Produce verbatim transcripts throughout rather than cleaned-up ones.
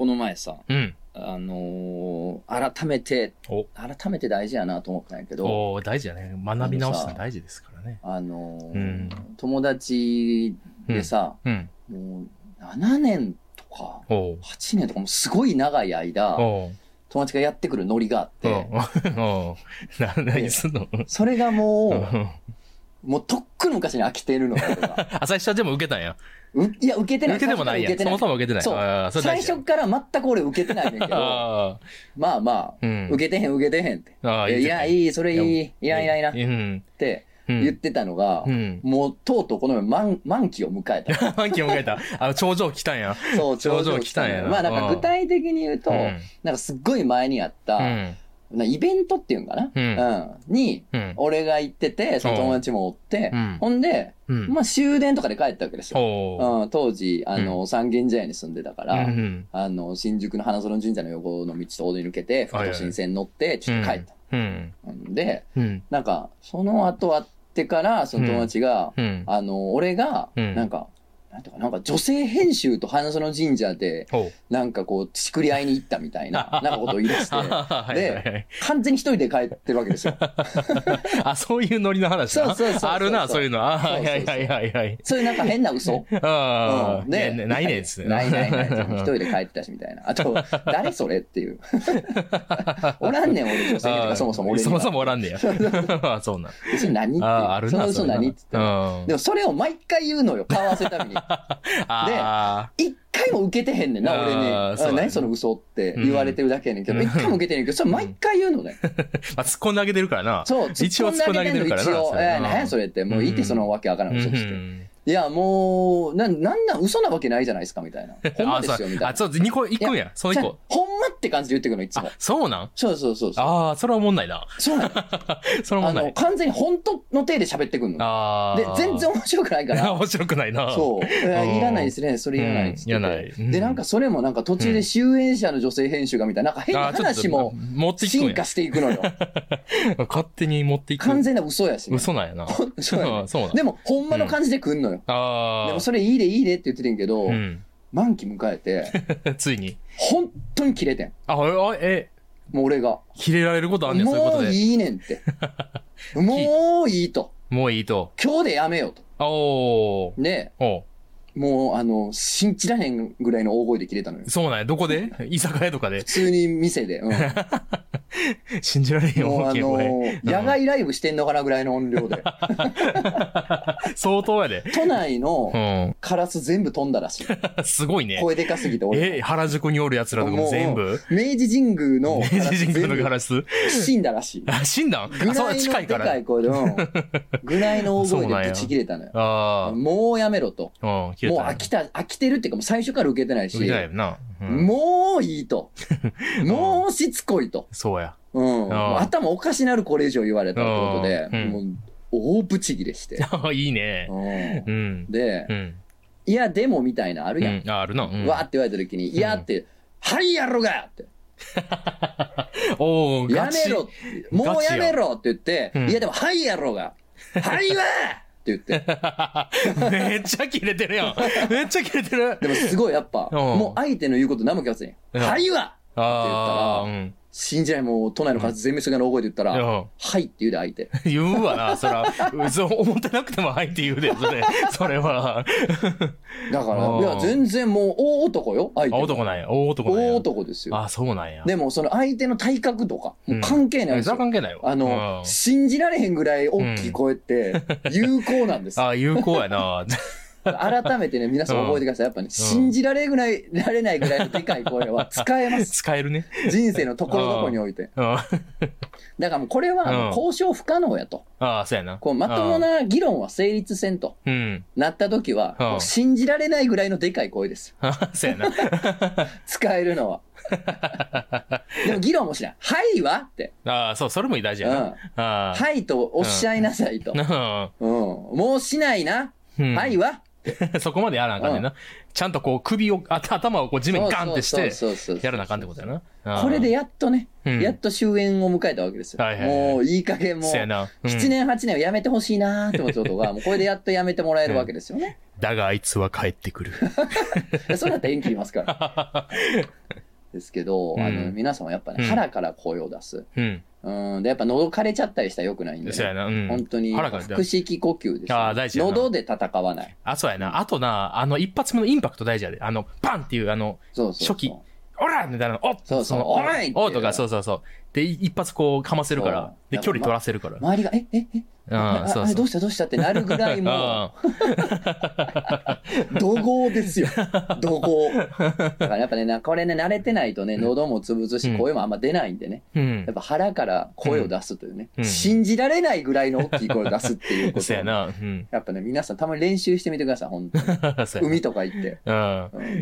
この前さ、 うん。 あのー、改めて、改めて大事やなと思ったんやけど。 お大事やね。学び直すの大事ですからね。 あのーうん、 友達でさ、うんうん、もうななねんとか、はちねんとかもすごい長い間、友達がやってくるノリがあって、 何すんのそれがもう、もうとっくの昔に飽きてるのか。 あ、最初はでも受けたんや。 ういや、受けてない。 受けてもないやん。そもそも受けてない。 そう。そ最初から全く俺受けてないねんけど、あまあまあ、うん、受けてへん受けてへんって。あいや、いい、それいい、いやいやいや、って。言ってたのが、うん、もうとうとうこの満満期を迎えた。 満期を迎えた。あの、頂上来たんや。 そう、頂上来たんや。まあなんか具体的に言うと、うん、なんかすっごい前にあった、うんイベントっていうんかな、うんうん、に、うん、俺が行ってて、その友達もおって、うん、ほんで、うん、まあ終電とかで帰ったわけですよ。うん、当時、あの、うん、三軒茶屋に住んでたから、うん、あの、新宿の花園神社の横の道と大通り抜けて、福都新線乗って、ちょっと帰った。うん、で、うん、なんか、その後会ってから、その友達が、うん、あの、俺が、なんか、なんとか、なんか女性編集と花園神社で、なんかこう、しくり合いに行ったみたいな、なんかことを言い出して、で、完全に一人で帰ってるわけですよ。 あ、そういうノリの話そうそうそう。 あるな、そういうの。はいはいはいはいはい。 そういうなんか変な嘘。 ああ、で、ないねっつって。 ないないない。一人で帰ってたしみたいな。あと、誰それっていう。おらんねん、俺女性とかそもそも俺に。 そもそもおらんねや。そうなん。 それ何って。あるな。その嘘何って言って。でもそれを毎回言うのよ、顔合わせたびに。で、一回も受けてへんねんな、俺に。何その嘘って言われてるだけやねんけど、一回も受けてへんけど、それ毎回言うのね。 まあ、突っ込んであげてるからな。 そう、 一応突っ込んであげてるからな。 一応、え、何やそれって、もういいってそのわけわからん嘘つって。いや、もう、な、なんなん、嘘なわけないじゃないですか、みたいな。ほんまですよ、みたいな。 あ、そう、にこ行くんや、そのいっこ。 ほんまって感じで言ってくるの、いつも。 あ、そうなんそうそうそう。 ああ、それはおもんないな。 そうなの。 それはおもんない。 あの、完全に本当の体で喋ってくるの。ああ。で、全然面白くないから。 面白くないな。 そう。いらないですね、それいらないっつって。いらない。で、なんかそれもなんか途中で集英社の女性編集がみたいな、なんか変な話も進化していくのよ。 勝手に持っていく。 完全な嘘やし。 嘘なんやな。 そうや。でも、ほんまの感じで来んのよ。ああ。でもそれいいでいいでって言っててんけど、満期迎えて、 ついに。 本当に切れてん。 あ、え、 もう俺が。 切れられることあんねん、そういうことで。 もういいねんって。もういいと。 もういいと。 今日でやめようと。 おー。 で、もうあの、信じらへんぐらいの大声で切れたのよ。 そうなんや。どこで居酒屋とかで普通に店で。うん、 信じられへんよ、 もうあのー、野外ライブしてんのかなぐらいの音量で。 相当やで。 都内のカラス全部飛んだらしい。 すごいね。 声でかすぎて俺。え、原宿におる奴らとかも全部明治神宮の明治神宮のカラス死んだらしい。 あ、死んだんあ、そう近いから。 でかい声で、ぐらいの大声でぶち切れたのよ。あもうやめろと。もう飽きた、飽きてるっていうかもう最初から受けてないし。受けてないよな。うん、もういいと。もうしつこいと。 そうや。 うん。頭おかしなるこれ以上言われたってことで、うん、もう大ブチギレして。 いいね。 うん、で、うん、いやでもみたいなあるやん。 うん、あるな。うん、 わーって言われた時に、いやって、うん、はいやろがって。 おやめろもうやめろって言って、うん、いやでもはいやろが。はいわって言って。 めっちゃキレてるやん。めっちゃキレてる。 でもすごいやっぱ、もう相手の言うこと何も聞かずに、はいわって言ったら、うん信じないもう都内の数全滅がの大声で言ったら、うん、はいって言うで相手。 言うわな、そら。そう思ってなくてもはいって言うで、それ。それは。 だから、いや全然もう大男よ、相手。 大男なんや、大男なんや。 大男ですよ。 あ、そうなんや。 でもその相手の体格とか、もう関係ないですよ。 うん、関係ないわ。 あの、うん、信じられへんぐらい大きい声って有効なんですよ。 うん、あ、有効やな。 改めてね、皆さん覚えてください。やっぱね、うん、信じられぐらい、られないぐらいのでかい声は使えます。 使えるね。 人生のところどころにおいて。だからもうこれは交渉不可能やと。 ああ、そうやな。 こうまともな議論は成立せんと。うん、なった時は、もう信じられないぐらいのでかい声です。 そうやな。 使えるのは。でも議論もしない。はいわって。 ああ、そう、それも大事やな。うん、 あはいとおっしゃいなさいと。うん、もうしないな。うん、はいわ。 そこまでやらなあかんねんな、うん。ちゃんとこう首を、頭をこう地面にガンってして、やらなあかんってことやな。 これでやっとね、うん、やっと終焉を迎えたわけですよ。はいはいはい、もういい加減もう、うん、ななねんはちねんをやめてほしいなーってことが、もうこれでやっとやめてもらえるわけですよね。 うん、だがあいつは帰ってくる。 そうなったら縁切りますから。 けど、うん、あの皆さんはやっぱね、うん、腹から声を出す。うんうん、でやっぱ喉枯れちゃったりしたらよくないんで、ね、そうやな、うん、本当に腹式呼吸です、ね、あ大事やな。喉で戦わない。 あ、そうやな。あとな、あの一発目のインパクト大事やで。あのパンっていうあのそうそうそう初期オラみたいな、おっそうそう、おいおとか、そうそうそう。で、一発こうかませるから、で、距離取らせるから。 周りが、え、え、え、ああどうしたどうしたってなるぐらいもう、怒号ですよ。怒号。だからやっぱね、これね、慣れてないとね、喉も潰すし、声もあんま出ないんでね。うん、やっぱ腹から声を出すというね、うん、信じられないぐらいの大きい声を出すっていうこと。そうやな。うん、やっぱね、皆さんたまに練習してみてください、本当に。海とか行って。うん。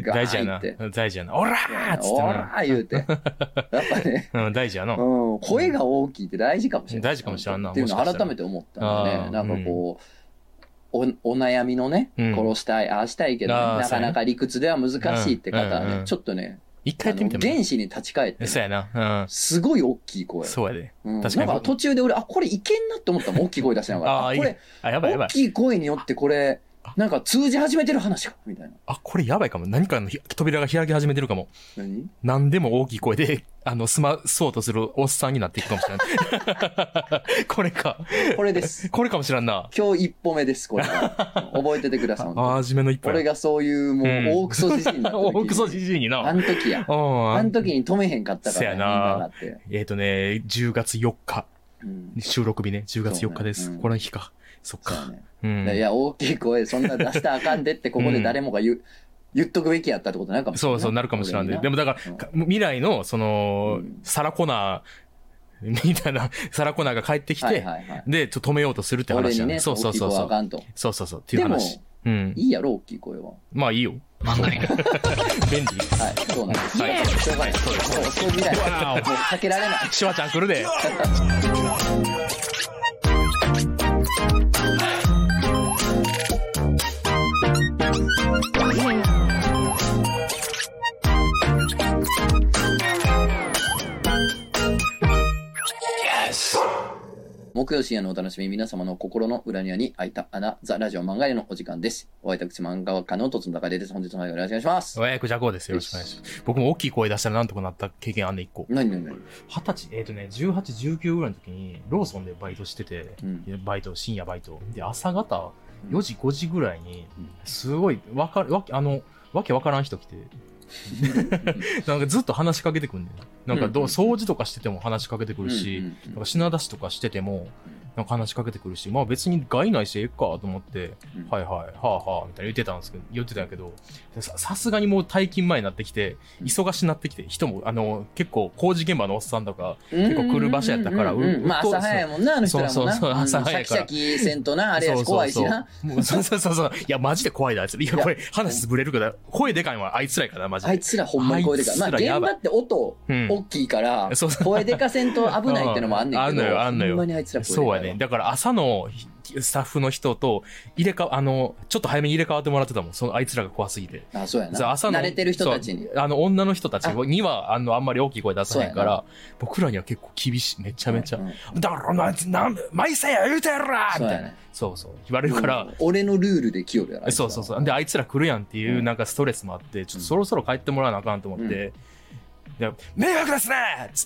大事やな。大事やな。オラーっつって。オラー言うて。やっぱね。うん、大事やな。うん。声が大きいって大事かもしれない。大事かもしれんな。っていうのを改めて思ったんでね。なんかこう、お、お悩みのね、殺したい、ああしたいけど、なかなか理屈では難しいって方はね、ちょっとね、一回やってみても。原始に立ち返って。そうやな。すごい大きい声。そうやで。確かに。なんか途中で俺、あ、これいけんなって思ったもん、大きい声出しながら。あ、これ、大きい声によってこれ、なんか通じ始めてる話かみたいな。あ、これやばいかも。何かの扉が開き始めてるかも。何何でも大きい声で、あの、済まそうとするおっさんになっていくかもしれない。これか。これです。これかもしれんな。今日一歩目です、これは。覚えててください。あ、初めの一歩。俺がそういう、もう、大クソじじいになった時、うん。大クソじじいにな。あの時や。あの時に止めへんかったから、ね。そうやな。えっとね、じゅうがつよっか。うん、収録日ね、じゅうがつよっかです。ねうん、この日か。そっか。ねうん、いや、大きい声、そんな出したらあかんでって、ここで誰もが言う、うん、言っとくべきやったってことになるかもしれない。そうそう、なるかもしれない。でもだから、うん、未来の、その、うん、サラコナー、みたいな、サラコナーが帰ってきて、はいはいはい、で、ちょっと止めようとするって話だね。そうそうそうそう。そうそうそう。っていう話。でも、うん、いいやろ、大きい声は。まあいいよ。便利。はい、そうなんです。はい。しょうがない。そうです。そう、そう未来。もう避けられない。シュワちゃん来るで。木曜深夜のお楽しみ、皆様の心の裏庭に開いた穴、ザ・ラジオ漫画へのお時間です。お会いたくち漫画家のとつの高出です。本日の内容よろしくお願いします。おやくじゃこうです。よろしくお願いします。僕も大きい声出したらなんとかなった経験あんねん、一個。何何何二十歳、えっ、ー、とね、じゅうはち、じゅうきゅうぐらいの時に、ローソンでバイトしてて、うん、バイト、深夜バイト。で、朝方、よじ、ごじぐらいに、すごい、わかる、わけ、あの、わけわからん人来て、なんかずっと話しかけてくんねん。なんかどう、掃除とかしてても話しかけてくるし、なんか品出しとかしてても、なんか話しかけてくるし、まあ別に害ないしええかと思って、うん、はいはい、はあはあ、みたいな言ってたんですけど、言ってたんやけど、さ、さすがにもう退勤前になってきて、忙しになってきて、人も、あの、結構工事現場のおっさんとか、結構来る場所やったから、うんうんうんうん、まあ朝早いもんな、あの人らもな。そうそうそう、朝早いから。シャキシャキせんとな、あれやし怖いしな。そうそうそうそう。いや、マジで怖いな、あいつ。いや、これ話潰れるから、声でかいのはあいつらやから、マジで。あいつらほんまに声でかい。まあ現場って音、大きいから、うん、声でかせんと危ないってのもあんねんけど、あんのよ、あんのよ。ほんまにあいつら声でかい。そうやね。だから朝のスタッフの人と入れ替わ、あの、ちょっと早めに入れ替わってもらってたもん。その、あいつらが怖すぎて。あ、そうやな。朝の。慣れてる人たちに。あの、女の人たちには、あの、あんまり大きい声出さないから、僕らには結構厳しい。めちゃめちゃ。うんうん、だから、な、な、毎朝や言うてやるらみたいな。そうそう。言われるから。俺のルールで来よるやろ。そうそうそう。で、あいつら来るやんっていう、なんかストレスもあって、ちょっとそろそろ帰ってもらわなあかんと思って、うん迷惑ですねっつって。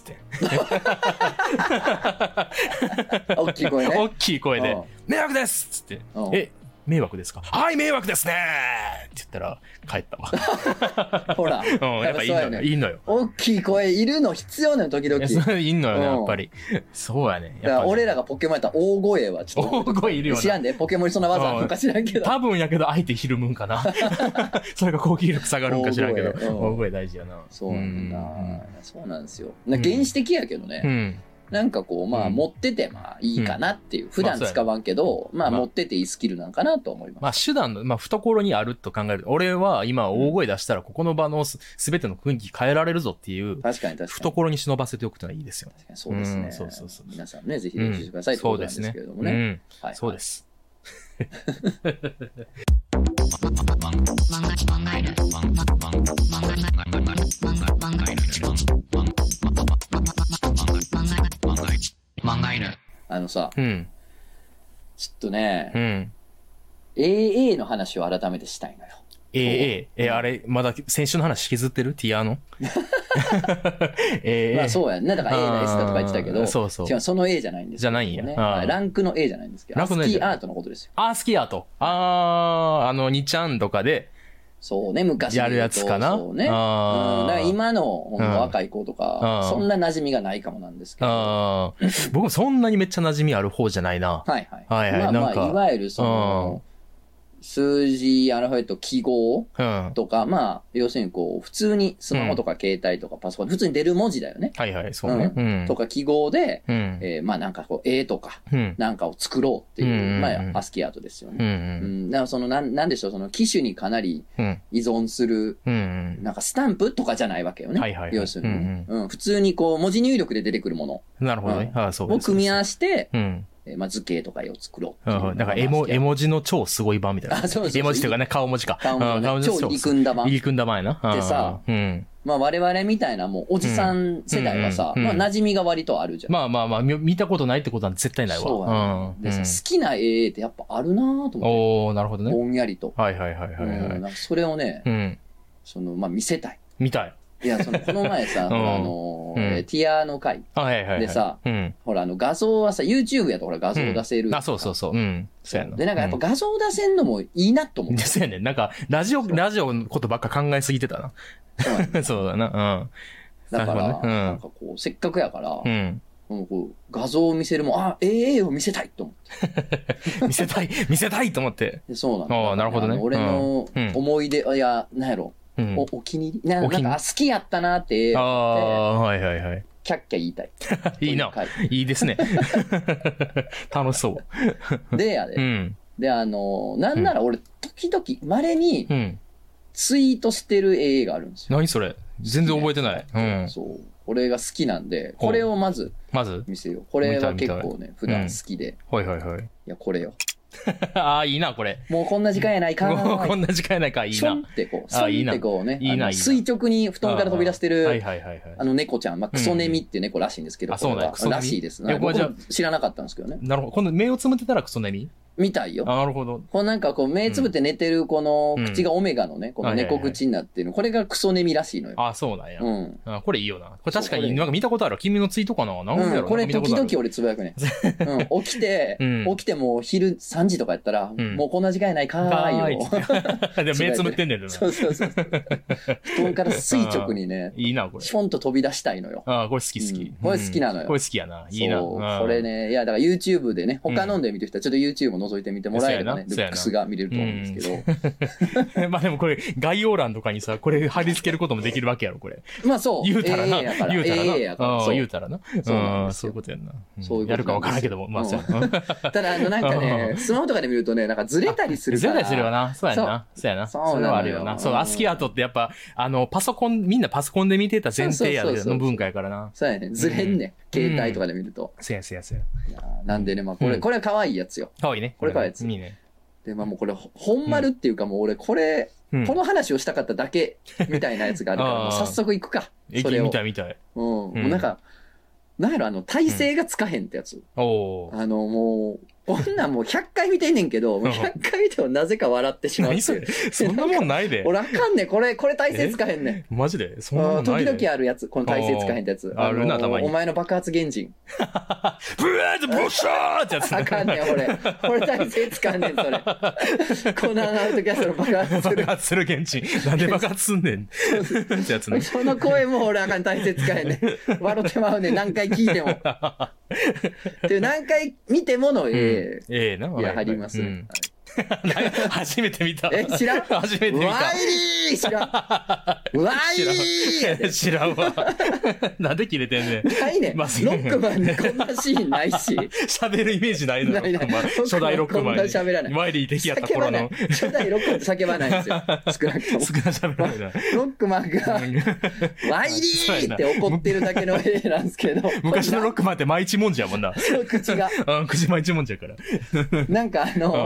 大きい声ね。大きい声で、迷惑ですっつって。え、迷惑ですか？はい、迷惑ですねって言ったら、帰ったわ。ほら。うん、やっぱいいのよ。いいのよ。大きい声いるの必要なの、時々。いんのよね、やっぱり。そうやね。だから俺らがポケモンやったら大声はちょっと。大声いるよね。知らんで、ポケモンにそんな技あるのか知らんけど。多分やけど、相手ひるむんかな。それが攻撃力下がるんか知らんけど。大声大事やな。そうなんだ。そうなんですよ。原始的やけどね。うん。なんかこう、まあ、持ってて、まあ、いいかなっていう。普段使わんけど、まあ、持ってていいスキルなんかなと思います。まあ、手段の、まあ、懐にあると考える。俺は今、大声出したら、ここの場のすべての雰囲気変えられるぞっていう。確かに確かに。懐に忍ばせておくというのはいいですよね。確かにそうですね。そうそうそう。皆さんね、ぜひ練習してくださいってことなんですけれどもね。はい。そうです。あのさ、うん、ちょっとね、うん、エーエー の話を改めてしたいのよ。 ええええあれ、まだ先週の話引きずってるティアのええまあそうやんね。だから A だ S だとか言ってたけど、 そうそう。 違う、その A じゃないんですよ、ね。 じゃないんや。 ランクの A じゃないんですけど、ランクの A スキーアートのことですよ。 あー、スキーアート。あー、あの、にちゃんとかで、 そうね、昔やるやつかな。 そうね。あうん、だから今のほんの若い子とか、そんな馴染みがないかもなんですけど。あ僕もそんなにめっちゃ馴染みある方じゃないな。 はいはい。 はいはい。 まあまあ、いわゆるその、数字、アルファベット、記号とか、うん、まあ、要するにこう、普通にスマホとか携帯とかパソコン、うん、普通に出る文字だよね。 はいはい、そうね。 うん、とか記号で、うん、えー、まあなんかこう、絵とか、なんかを作ろうっていう、うん、まあ、アスキーアートですよね。うんうん、だからその、なん、なんでしょう、その機種にかなり依存する、うん、なんかスタンプとかじゃないわけよね。はいはいはい、要するに、ね、うんうん、普通にこう、文字入力で出てくるもの。 なるほどね。ああ、そうです。 を組み合わせて、うんえー、まあ、図形とか絵を作ろう。 うん。だから絵も、絵文字の超すごい版みたいな。あ、そうそうそう。絵文字というかね、顔文字か。 顔文字、ね。顔文字超入り組んだ版。 入り組んだ版やな。 でさ、うん。まあ我々みたいなもうおじさん世代はさ、うんうんうん、まあ馴染みが割とあるじゃん。 まあまあまあ、見たことないってことは絶対ないわ。 そうや、ね、うん。でさ、好きな絵ってやっぱあるなぁと思って。 おー、なるほどね。 ぼんやりと。 はいはいはいはい、はい。 うん。なんかそれをね、うん、その、まあ見せたい。 見たい。 いや、その、この前さ、あの、うんえー、ティアの回でさ、うん、ほら、あの、画像はさ、YouTube やとほら画像出せる、 うん。あ、そうそうそう。うん。そうやな。 で、なんかやっぱ画像出せんのもいいなと思って。 そうやね。なんか、ラジオ、ラジオのことばっか考えすぎてたな。そう, そうだな。うん。 だから、ねうん、なんかこう、せっかくやから、うん。こう画像を見せるも、あ、エーエー を見せたいと思って。 見せたい、見せたいと思って。 そうなんだ、 ね。ああ、なるほどね。 俺の思い出、いや、なんやろ。うん、お, お気に入りななんか好きやったなってああはいはいはいキャッキャ言いたいいいないいですね楽しそうでやで、うん、であのなんなら俺時々稀にツイートしてる絵があるんですよ、 何それ全然覚えてない、うん、 そう俺が好きなんでこれをまずまず見せようこれは結構ね普段好きで、 うん、はいはいはいいやこれよああ、いいな、これ。 もうこんな時間やないかー。 もうこんな時間やないか、いいな。 ションってこう、ションってこうね、いいな、垂直に布団から飛び出してる、 はいはいはいはい。 あの猫ちゃん、まあ、クソネミっていう猫らしいんですけど、 あ、そうなんらしいですね。僕は知らなかったんですけどね。 なるほど。今度目をつむってたらクソネミみたいよ。 なるほど。 こうなんかこう目つぶって寝てるこの口がオメガのね、この猫口になってるの、これがクソネミらしいのよ。 あ、そうなんや。うん。これいいよな。これ確かになんか見たことある。君のツイートかななんでやろ。 これ時々俺つぶやくね。うん。起きて、起きてもう昼さんじとかやったら、もうこんな時間やないかーいよ。 で目つぶってんねんな。 そうそうそう。布団から垂直にね、 いいな、これ。 ションと飛び出したいのよ。 ああ、これ好き好き。 これ好きなのよ。 これ好きやな。いいな。 これね、いやだから YouTube でね、他のんで見てる人はちょっと YouTube を覗いてみてもらえればね、ルックスが見れると思うんですけど。まあでもこれ概要欄とかにさ、これ貼り付けることもできるわけやろ、これ。 まあそう。 言うたらな。言うたらな。 言うたらな。そういうことやんな。そういうことやるかわからんけども、まあそうやな。 ただあのなんかね、スマホとかで見るとね、なんかずれたりするから。 ずれたりするよな。そうやな。そうやな。それはあるよな。そう、アスキーアートってやっぱ、あの、パソコン、みんなパソコンで見てた前提やでの文化やからな。 そうやね。ずれんね。携帯とかで見ると。 そうやそうやそうや。なんでね、まあこれ、これは可愛いやつよ。 可愛いね。 これ可愛いやつ。 いいね。 で、まあもうこれ、本丸っていうかもう俺、これ、この話をしたかっただけみたいなやつがあるから、もう早速行くか。 それを。見たい見たい。 うん。もうなんか、なんやろ、あの、体勢がつかへんってやつ。おあの、もう、こんなんもうひゃっかい見てんねんけど、もうひゃっかい見てもなぜか笑ってしまう。 何それそんなもんないで。 俺あかんねん。これ、これ体勢つかへんねん。マジでそんなもんないで。 時々あるやつ。この体勢つかへんってやつ。 あるな、たまに。 お前の爆発原人。 ブワーってボッシャーってやつ。 あかんねん、俺。俺体勢つかんねん、それ。こんなある時はその爆発する。 爆発する原人。なんで爆発すんねん。ってやつね。 その声も俺あかん体勢つかへんねん。笑ってまうねん、何回聞いても。で何回見てものええ、 ええな、 いや、貼りますね。 初めて見た。 え、知らん初めて見た。 ワイリー知らん。ワイリー知らんわ。なんで切れてんねん。 ないねん。ロックマンにこんなシーンないし。 喋るイメージないのよ。初代ロックマンに。 こんな喋らない。 ワイリー敵やった頃の。 初代ロックマンって叫ばないんですよ。少なくとも。 少な喋らないな。 ロックマンが、ワイリーって怒ってるだけの絵なんですけど。 昔のロックマンって毎日もんじゃもんな。 口が。 口毎日もんじゃから。 なんかあの、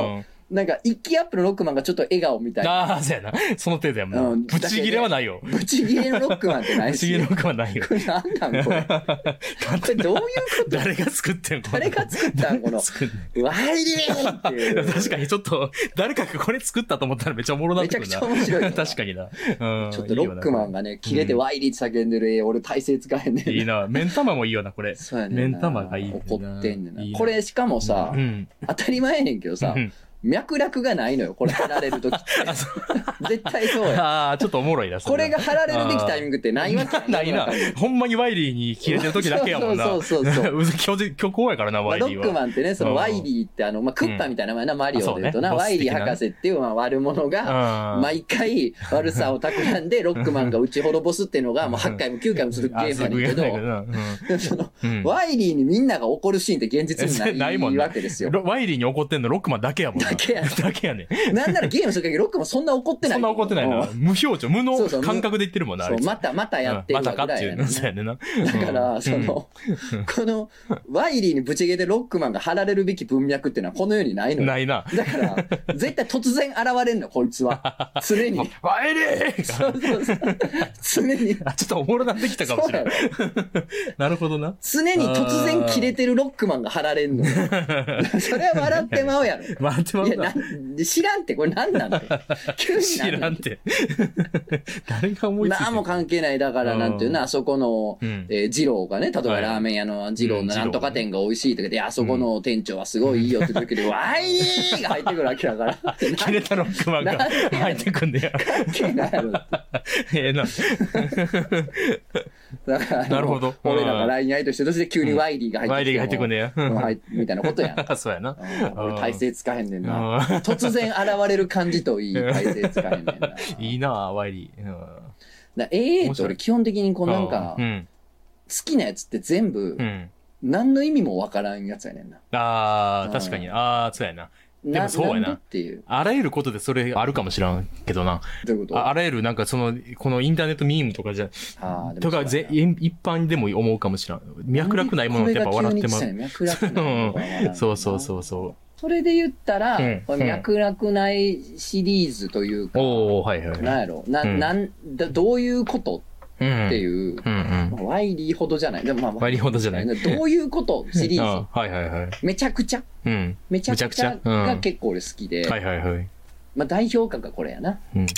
なんか、一気アップのロックマンがちょっと笑顔みたいな。 ああ、そうやな。その程度やもんな。うん、ブチギレはないよ。 ブチギレのロックマンってないし。 ブチギレのロックマンないよ。 これなんなんこれ。これどういうこと誰が作ってんの誰が作ったんこの。ワイリーっていう。 確かにちょっと、誰かがこれ作ったと思ったらめっちゃおもろなってくるな。 めちゃくちゃ面白い。 確かにな。 うん、ちょっとロックマンがね、切れてワイリーって叫んでる絵、俺体勢使えんねん。 いいな。目ん玉もいいよな、これ。 そうやね。 目ん玉がいい。 怒ってんねんな。これしかもさ、当たり前やねんけどさ、脈絡がないのよ、これ貼られるときって。絶対そうや。 ああ、ちょっとおもろいな、 これが貼られるべきタイミングってないわけないな。ほんまにワイリーに切れてるときだけやもんな。 そうそうそうそう。 虚構やからな、ワイリーは。 ロックマンってね、そのワイリーってあの、まあ、クッパみたいな名前な、マリオで言うとな、ワイリー博士っていうまあ悪者が、毎回悪さを企んで、ロックマンが打ち滅ぼすっていうのが、もうはちかいもきゅうかいもするゲームやねんけど、その、ワイリーにみんなが怒るシーンって現実にないわけですよ。 ワイリーに怒ってんのロックマンだけやもんな。 だけやねん。 だけやねん。なんならゲームする限りロックマンそんな怒ってない。 そんな怒ってないな。無表情、無の感覚で言ってるもんな。 そう、また、またやってるぐらい。またかっていうの、そうやねんな。 だから、その、この、ワイリーにぶち切れでロックマンが貼られるべき文脈っていうのはこの世にないのよ。 ないな。 だから、絶対突然現れんの、こいつは。常に。 ワイリーそうそうそう。常に。 あ、ちょっとおもろなってきたかもしれない。なるほどな。 常に突然切れてるロックマンが貼られんのよ。それは笑ってまうやろ。 笑ってまうな。いや、 知らんって、これ何なんて。急に知らんって。誰が思いついて何も関係ない。だから、なんていうの、あそこの、えー、二郎がね、例えばラーメン屋の二郎のなんとか店が美味しいとかで、あそこの店長はすごいいいよって時で、ワイリーが入ってくるわけだから。 切れたロックマンが入ってくんだよ。 関係ないやろ。 ええな。 だから、 なるほど。 俺らが ライン 相手して、そして急にワイリーが入ってくる。 ワイリーが入ってくんだよ。 みたいなことやん。 そうやな。 俺体勢つかへんねんな。突然現れる感じといい体勢つかへんねんな。 いいなワイリー。 だ エーエー って俺基本的にこうなんか、好きなやつって全部、何の意味もわからんやつやねんな。 ああ、確かに。ああ、そうやな。でもそうやな。っていう。あらゆることでそれあるかもしらんけどな。 どういうことあ, あらゆるなんかその、このインターネットミームとかじゃ、あとかぜ一般でも思うかもしらん。脈絡ないものってやっぱ笑ってまう。 脈絡ない。 そうそうそうそう。 それで言ったら、うんこれ脈絡ないシリーズというか、 おはいはい、 なんやろな、うん、なんだ、どういうことっていう、うんうん、ワイリーほどじゃない。でもまあ、 ワイリーほどじゃない。 どういうことシリーズ。 はいはいはい。 めちゃくちゃ。うん、めちゃくちゃが結構俺好きで。 はいはいはい。 まあ代表格がこれやな。うん。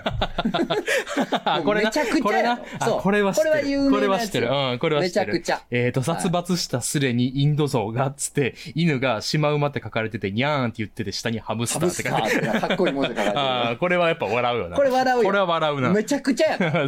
これな。 めちゃくちゃやろ。 そう。これは知ってる。 これは有名なやつ。 これは知ってる。うん、これは知ってる。 めちゃくちゃ。 えっと、殺伐したスレにインド象が、つって、犬がシマウマって書かれてて、ニャーンって言ってて、下にハムスターって書いてる。かっこいい文字書かれてる。 ああ、これはやっぱ笑うよな。 これ笑うよ。 これは笑うな。 めちゃくちゃやな。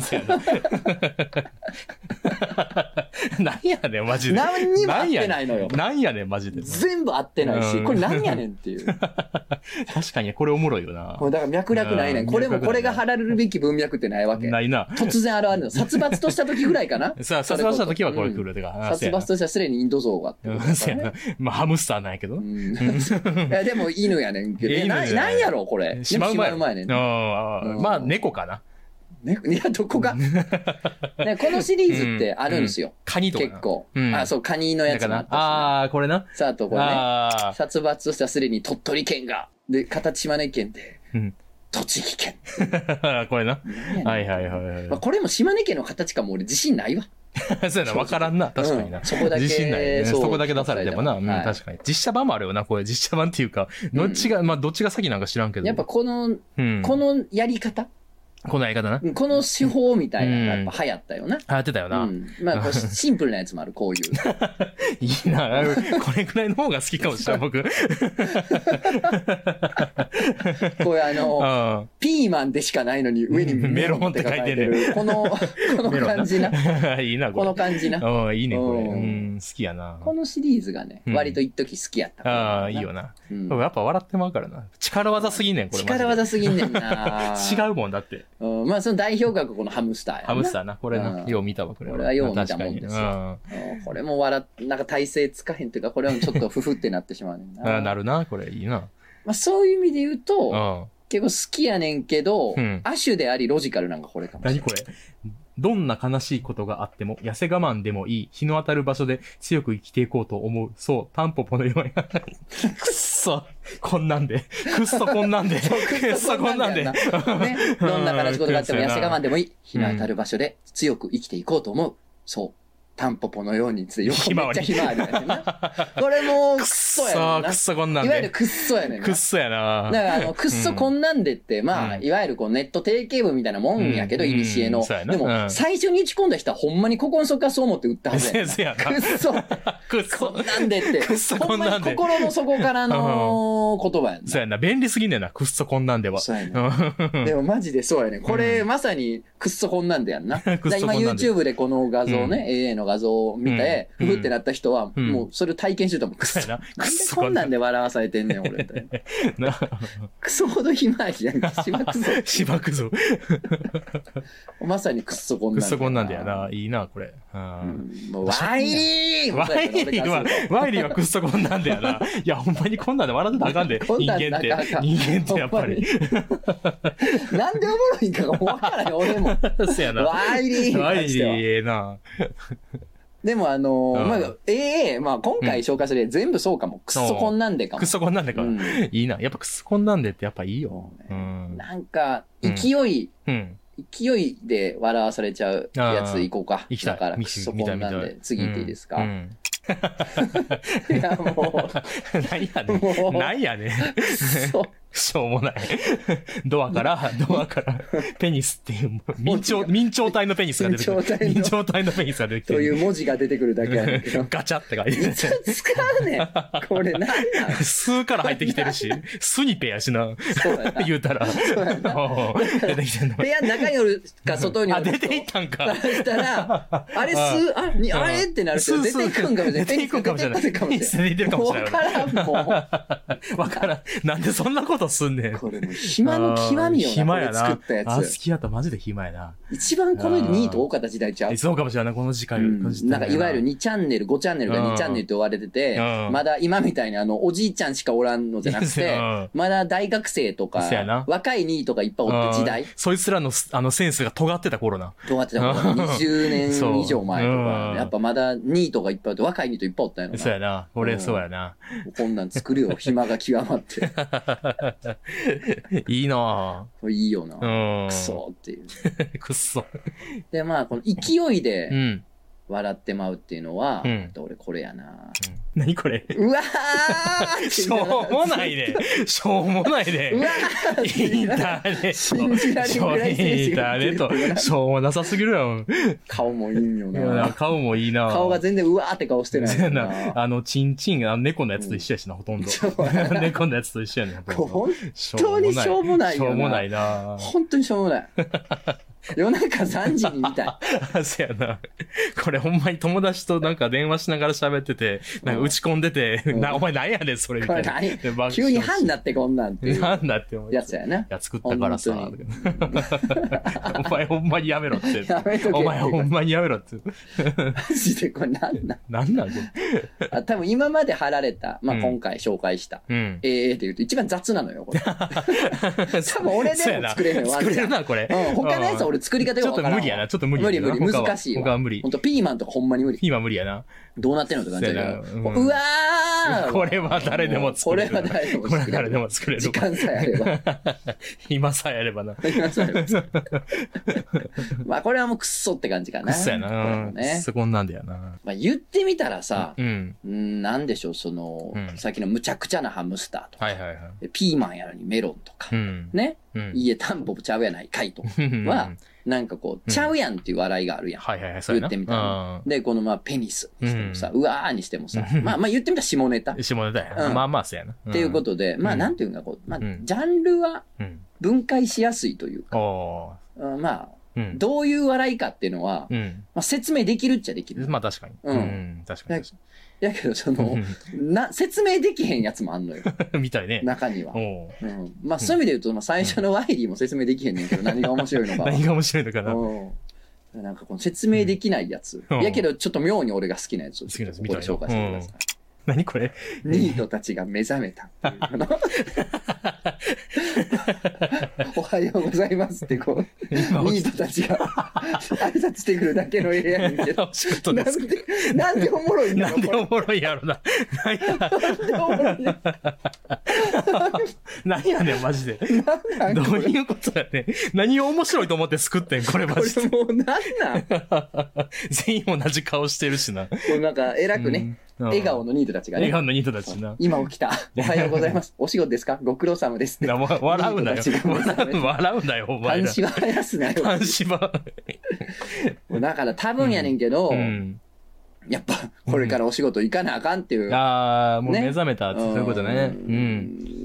何やねん、マジで。 何にも合ってないのよ。 何やねん、マジで。 全部合ってないし、これ何やねんっていう。 確かに、これおもろいよな。 これだから脈絡ないねん。これもこれが貼られるべき文脈ってないわけ。 ないな。 突然現れるの。殺伐とした時ぐらいかな。 さあ、殺伐した時はこれ来るってか。 殺伐としたすでにインド象があって。 まあ、ハムスターなんやけど。 いや、でも犬やねんけど。何やろ、これ。 シマウマやねん。 まあ、猫かな。 ね、いや、どこがね、このシリーズってあるんですよ。 カニとか。 結構。あ、そう、カニのやつもあったし。 ああ、これな。 さあと、これね。殺伐としたすでに鳥取県が。で、形島根県で。栃木県。 これな。はいはいはいはい。 これも島根県の形かも俺自信ないわ。 そうやな、わからんな。確かにな。 そこだけ。 自信ないね。そこだけ出されてもな。うん、確かに。実写版もあるよな、これ。実写版っていうか、どっちが、まあ、どっちが先なんか知らんけど。 やっぱこの、このやり方このやり方な。 この手法みたいなのがやっぱ流行ったよな。 流行ってたよな。 まあ、シンプルなやつもある、こういう。 いいな。これくらいの方が好きかもしれん、僕。これあの、ピーマンでしかないのに上にメロンって書いてる。この、この感じな。 いいな、 この感じな。 いいね、これ。うん、好きやな。 このシリーズがね、割と一時好きやった。 ああ、いいよな。やっぱ笑ってまうからな。力技すぎんねん、これ。 力技すぎんねんな。 違うもんだって。 うん、まあその代表格このハムスターやな。 ハムスターな。これな。よう見たわ、これは。 これはよう見たもんですよ。これも笑っ、なんか体勢つかへんっていうか、これはちょっとフフってなってしまうねんな。 あなるな、これいいな。 まあそういう意味で言うと、結構好きやねんけど、亜種でありロジカルなんかこれかもしれない。 何これどんな悲しいことがあっても、痩せ我慢でもいい、日の当たる場所で強く生きていこうと思う。そう、タンポポのように。くっそ、こんなんで。くっそこんなんで。くっそこんなんで。ね。 どんな悲しいことがあっても痩せ我慢でもいい。日の当たる場所で強く生きていこうと思う。そう。タンポポのようにつよくめっちゃひまわりやねんな。これもうくっそやねんな。 くっそこんなんで。 いわゆるくっそやねんな。 くっそやな。 だからあの、くっそこんなんでって、まあ、いわゆるこうネット定型文みたいなもんやけど、いにしえの。でも、最初に打ち込んだ人はほんまにここの底からそう思って打ったはずやねん。くっそ。くっそこんなんでって。くっそこんなんで。ほんまに心の底からの言葉やんな。 そうやな。便利すぎんねんな。くっそこんなんでは。 そうやね。でもマジでそうやね。これまさにくっそこんなんでやんな。今 YouTube でこの画像ね、エーエー の画像を見て、ふふってなった人は、もうそれを体験してたもん。くそ。なんでこんなんで笑わされてんねん、俺。クソほどひまわりやんけ。しばくぞ。 しばくぞ。 まさにくっそこんなんで。くっそこんなんだよな。いいな、これ。 ワイリーワイリーは、ワイリーはくっそこんなんだよな。いや、ほんまにこんなんで笑ってたらあかんで。人間って。人間ってやっぱり。 なんでおもろいんかがもうわからんよ、俺も。 そうやな。 ワイリーワイリーええな。 でもあのー、まあ、ええまあ今回紹介する全部そうかも。くっそこんなんでかも。 くっそこんなんでかも。いいな。やっぱくっそこんなんでってやっぱいいよ。 なんか、勢い、勢いで笑わされちゃうやついこうか。だから、くっそこんなんで。次行っていいですか？いや、もう。何やねん。何やねん。しょうもない。ドアから、ドアから、ペニスっていう、明朝、明朝体のペニスが出てくる。明朝体のペニスが出てくる。 という文字が出てくるだけやねんけど。 ガチャって書いてる。 めっちゃ使うねん。これ何なんスから入ってきてるし、スにペやしな。そうやな。言うたら。そうやな。出てきてんの。 ペア中におるか外におるか。 あ、出ていったんか。 したら、あれ、ス、あ、に、あれってなるけど、出ていくんかもしれない。 出ていくんかもしれない。出ていくかもしれない。わからん、もう。わからん。なんでそんなことすんねん。 これもう暇の極みよな。 暇やな。 作ったやつ。 あ、好きやったマジで暇やな。 一番このニート多かった時代ちゃう？ そうかもしれない、この時間。 なんかいわゆるにチャンネル、ごチャンネルがにチャンネルと言われてて、まだ今みたいにあの、おじいちゃんしかおらんのじゃなくて、まだ大学生とか、若いニートがいっぱいおった時代。 そいつらのあのセンスが尖ってた頃な。 尖ってた頃。にじゅうねん以上前とか、やっぱまだニートがいっぱいおって、若いニートいっぱいおったんやろな。 そうやな。俺そうやな。 こんなん作るよ、暇が極まって。 いいなぁ。いいよなぁ。くそーっていう。 くっそ。 で、まあ、この勢いで、笑ってまうっていうのは、うん、俺これやな、うん、 何これうわーしょうもないで。しょうもないで。 うわーインターネット。 信じられんぐらいインターネット。しょうもなさすぎるやん。 顔もいいんよな。 顔もいいな。 顔が全然うわーって顔してないな。 あの、チンチンが猫のやつと一緒やしな、ほとんど。猫のやつと一緒やねん。 本当にしょうもないよな。 しょうもないな。 本当にしょうもない。夜中さんじに見たい。 そうやな。これほんまに友達となんか電話しながら喋ってて、なんか打ち込んでて、うん、なお前何やねんそれみたいな。 急に半なってこんなんっていう。 半なって思う。 やつやな。いや、作ったからさ。お前ほんまにやめろって。やめとけ。お前ほんまにやめろって。 マジでこれなんなんなんなんこれ。あ、多分今まで貼られた、まあ今回紹介した、うん、えーって言うと一番雑なのよ、これ。多分俺でも作れるよ、 作れるな、これ。 うん、他のやつは俺作り方よくわからん。 ちょっと無理やな、ちょっと無理やな。無理無理、難しいわ。 他は無理。 ほんとピーマンとかほんまに無理。 ピーマン無理やな。 どうなってんのって感じだけど。うわーこれは誰でも作れる。 これは誰でも作れる。 これは誰でも作れる。 時間さえあれば。 今さえあればな。 今さえあれば。まあこれはもうクッソって感じかな。 クッソやな。ね。そこんなんだよな。 まあ言ってみたらさ、うん。なんでしょう、その、さっきのむちゃくちゃなハムスターとか。はいはいはい。ピーマンやのにメロンとか。ね。いいえ、タンポポちゃうやないかいと。は、なんかこう、ちゃうやんっていう笑いがあるやん。はいはいはい。言ってみたら。で、このまあ、ペニスにしてもさ、うわーにしてもさ、まあまあ言ってみたら下ネタ。 下ネタや。まあまあそうやな。 っていうことで、まあなんていうかこう、まあ、ジャンルは分解しやすいというか、まあ、どういう笑いかっていうのは、まあ説明できるっちゃできる。 まあ確かに。うん。確かに。 やけど、その、な、説明できへんやつもあんのよ。 みたいね。 中には。うん。まあ、そういう意味で言うと、まあ、最初のワイリーも説明できへんねんけど、何が面白いのか。 何が面白いのかな。 うん。なんかこの説明できないやつ。やけど、ちょっと妙に俺が好きなやつを、好きなやつ、ここで紹介してください。 何これニートたちが目覚めたっていうの。 おはようございますってこう、ニートたちが挨拶してくるだけの エーアイ やねんけど。なんで、なんでおもろいんだろなんでおもろいやろな。 なんでおもろいねん。 何やねん、マジで。 なんなんどういうことやねん。何を面白いと思って救ってん、これマジで。 これもうなんなん全員同じ顔してるしな。 こうなんか、偉くね、うん、笑顔のニートたちがね。 笑顔のニートたちな。 今起きた。おはようございます。お仕事ですか？ご苦労様です、ね。 笑うなよ。笑うなよ、お前ら。 端はやすなよ。 端は。 だから多分やねんけど、うんうんやっぱ、これからお仕事行かなあかんっていう。 うん、ああ、もう目覚めたって、ね、そういうことね。うん。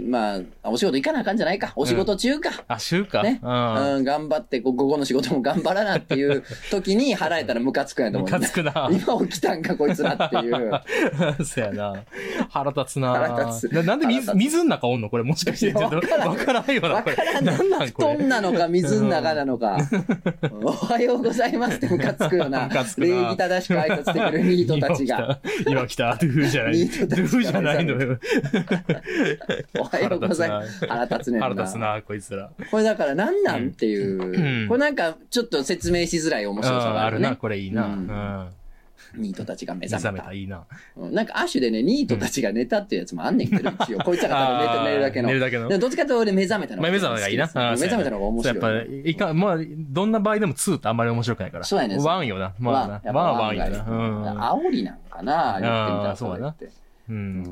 まあ、お仕事行かなあかんじゃないか。お仕事中か。 うん、あ、中か。 ね。うん。頑張って、午後の仕事も頑張らなっていう時に払えたらムカつくんやと思う、ね。 ムカつくな。 今起きたんか、こいつらっていう。 そやな。腹立つな。 腹立つ。 な, なんで水、水の中おんのこれもしかして。わからん。わからんよな。 わからん。なんなんこれ。布団なのか、水の中なのか。おはようございますってムカつくよな。礼儀正しく挨拶してくるニートたちが。 今来た、ドゥフじゃない。ドゥフじゃないのよ。 おはようございます。腹立つねんな。 腹立つな、こいつら。 これだからなんなんっていう、うん、これなんかちょっと説明しづらい面白さがあるね。 あるな、これいいな。うんうんニートたちが目覚めた。 目覚めた、いいな。 なんか、アッシュでね、ニートたちが寝たっていうやつもあんねんけど、一応。こいつらが多分寝て寝るだけの。 寝るだけの。 どっちかというと俺目覚めたの。 まあ、目覚めがいいな。 目覚めたのが面白い。 やっぱ、いか、まあ、どんな場合でもツーってあんまり面白くないから。 そうやね。 ワンよな。まあ、まあ、ワンよな。うん。 煽りなんかな、言ってみたら。 そうやな。うん。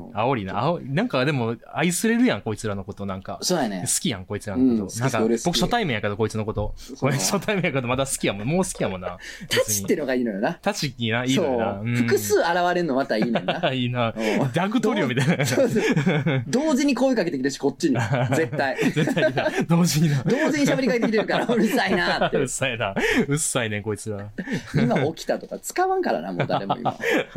煽りな。煽り、なんかでも、愛すれるやん、こいつらのこと、なんか。 そうやね。 好きやん、こいつらのこと。なんか、僕初対面やけど、こいつのこと。これ初対面やけど、まだ好きやもん。もう好きやもんな。 タチってのがいいのよな。 タチいいな、いいのよな。 複数現れるのまたいいねんな。 いいな。ダグトリオみたいな。 同時に声かけてきてし、こっちに。絶対。 絶対な。同時にな。 同時に喋りかけてきてるから、うるさいなって。 うるさいな。うっさいね、こいつら。 今起きたとか使わんからな、もう誰も今。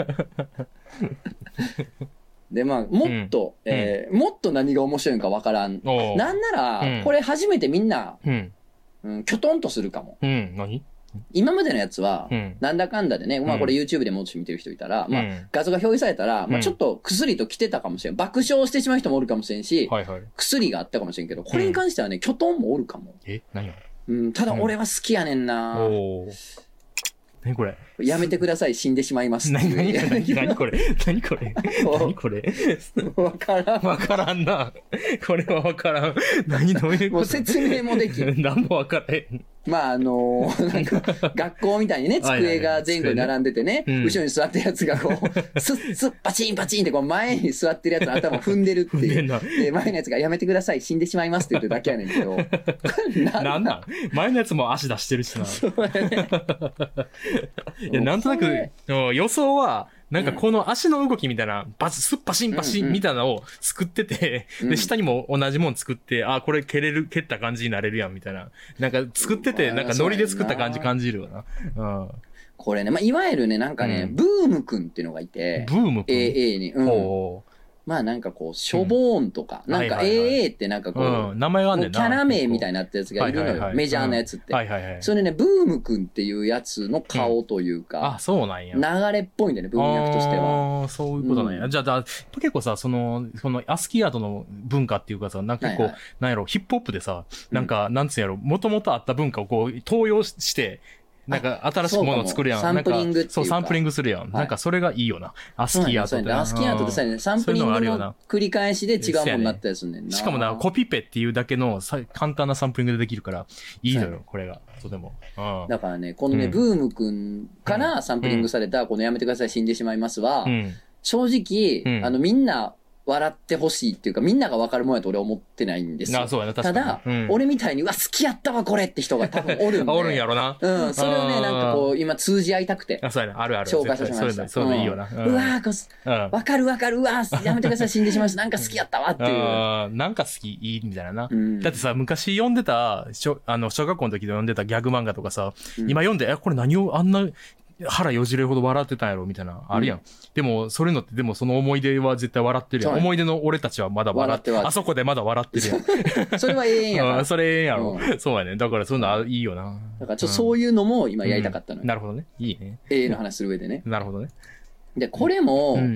で、まあ、もっと、うん、えーうん、もっと何が面白いのかわからん。なんなら、うん、これ初めてみんな、うんうん、きょとんとするかも。 うん、何今までのやつは、うん、なんだかんだでね、まあこれ YouTube でもし見てる人いたら、うん、まあ画像が表示されたら、うん、まあちょっと薬と来てたかもしれん。爆笑してしまう人もおるかもしれんし、はいはい、薬があったかもしれんけど、これに関してはね、きょとんもおるかも。 え何やうん、ただ俺は好きやねんな、うん、おー何これやめてください、死んでしまいます。 何何何何これ何これ何これわからん。 わからんな。これはわからん。何どういうこともう説明もできん。 何もわからん。 まああのー、なんか学校みたいにね、机が前後に並んでてね、はいはいはい、後ろに座ってるやつがこう、スッスッパチンパチンってこう前に座ってるやつの頭を踏んでるっていう。で、前のやつがやめてください、死んでしまいますって言ってるだけやねんけど。 なんなん前のやつも足出してるしな。そうやね。いや、なんとなく、予想は、なんかこの足の動きみたいな、バス、スッパシンパシンみたいなのを作ってて、うんうん、で、下にも同じもん作って、あ、これ蹴れる、蹴った感じになれるやん、みたいな。なんか作ってて、なんかノリで作った感じ感じるよな。うん。これね、まあ、いわゆるね、なんかね、うん、ブームくんっていうのがいて、 ブームくんエーエー に。うん。おーまあなんかこう、しょぼーんとか、うん、なんか エーエー ってなんかこう、うん、 名前があんねんな。 キャラ名みたいになったやつがいるのよ。はいはいはい、メジャーなやつって。はいはいはい、それね、ブームくんっていうやつの顔というか、うん、 あ、そうなんや。 流れっぽいんだよね、文脈としては。 ああ、そういうことなんや。うん、じゃあ、結構さ、その、そのアスキーアートの文化っていうかさ、なんか結構、はいはい、なんやろ、ヒップホップでさ、なんか、うん、なんつうんやろ、もともとあった文化をこう、登用して、なんか新しくものを作るやん。 サンプリングっていうか。 そう、サンプリングするやん。はい、なんかそれがいいよな。アスキーアートって。 アスキーアートってさ、サンプリングの繰り返しで違うものになったりすんねんな。 しかもな、コピペっていうだけの簡単なサンプリングでできるから、いいのよ、これが。とても。 だからね、このね、うん、ブームくんからサンプリングされた、このやめてください、死んでしまいますは、うん、正直、うん、あの、みんな、笑ってほしいっていうか、みんなが分かるもんやと俺は思ってないんですよ。 あ、そうやな、 確かに。ただ、うん、俺みたいに、うわ、好きやったわ、これって人が多分おるんで。 おるんやろな。 うん、それをね、なんかこう、今通じ合いたくて。 あ、そうやな、あるある。 紹介させてもらいました。 そういうのいいよな。 うん、うわー、こす、うん、分かる分かる、うわー、やめてください、死んでしまいました。なんか好きやったわっていう。 あなんか好き、いいみたいなな。うん、だってさ、昔読んでた、小あの小学校の時で読んでたギャグ漫画とかさ、うん、今読んで、え、これ何をあんな、腹よじれるほど笑ってたんやろみたいな、あるやん。うん、でも、そういうのって、でもその思い出は絶対笑ってるやん。思い出の俺たちはまだ笑ってる。あそこでまだ笑ってるやん。それは永遠やな。 それ永遠やろ、うん。そうやね。だからそういうのいいよな。 だからちょっとそういうのも今やりたかったのよ。 うん、なるほどね。いいね。 永遠の話する上でね。 なるほどね。 で、これも、うん、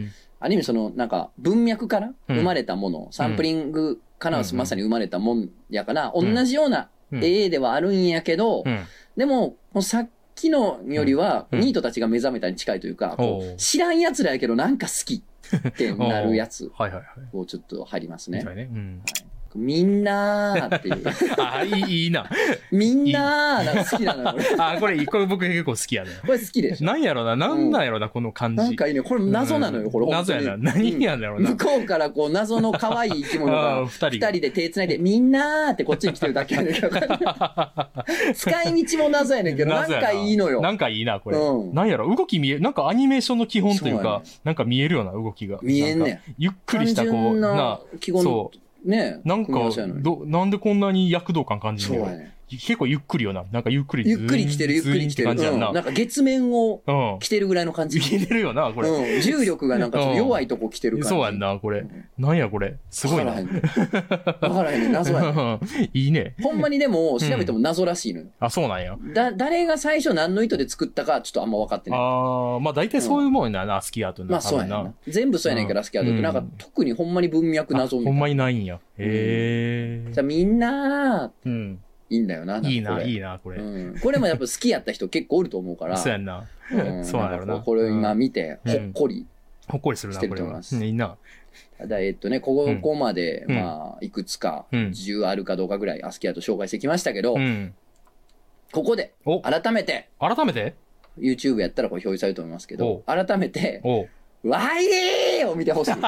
ある意味その、なんか、文脈から生まれたもの、うん、サンプリングからまさに生まれたもんやから、うん、同じような絵ではあるんやけど、うん、でも、さっきのよりは、ニートたちが目覚めたに近いというか、こう知らん奴らやけどなんか好きってなるやつをちょっと入りますね。はいみんなーっていう。 あ、いい、いいな。 みんなーなんか好きなのよ、 俺。あ、これ、これ僕結構好きやね。 これ好きでしょ。 なんやろな、なんなんやろな、この感じ。 なんかいいね。これ謎なのよ、これ。 謎やな。何やんだろうな。 向こうからこう、謎の可愛い生き物が、二人で手繋いで、みんなーってこっちに来てるだけやねんけど。使い道も謎やねんけど、なんかいいのよ。 なんかいいな、これ。なんやろ、動き見え、なんかアニメーションの基本というか、なんか見えるような動きが。 見えんねん。 ゆっくりしたこう、な、 そう。ねえ。なんか、ど、なんでこんなに躍動感感じるの？そうやね。結構ゆっくりよな。なんかゆっくり。 ゆっくり来てる、ゆっくり来てる。うん、なんか月面を来てるぐらいの感じ。 来てるよな、これ。 うん。重力がなんかちょっと弱いとこ来てる感じ。 そうやんな、これ。なんやこれ。すごいな。わからへんね。謎やね。 いいね。 ほんまにでも、調べても謎らしいのよ。 あ、そうなんや。 だ、誰が最初何の意図で作ったか、ちょっとあんま分かってない。 ああ、まあ大体そういうもんやな、アスキーアートまあそうやな。全部そうやねんけど、アスキーアートって。なんか特にほんまに文脈謎みたいな。 ほんまにないんや。へえ。じゃあみんなー、うん。いいんだよな。 いいな、いいな、これ。 うん。これもやっぱ好きやった人結構おると思うから。 そうやんな。そうなるな。 これ今見て、ほっこり。 ほっこりするな、これは。いいな。 ただ、えっとね、ここまで、まあ、いくつか、じゅうあるかどうかぐらいアスキーアート紹介してきましたけど、ここで、改めて、 改めて YouTube やったらこれ表示されると思いますけど、改めて、ワイリーを見てほしい。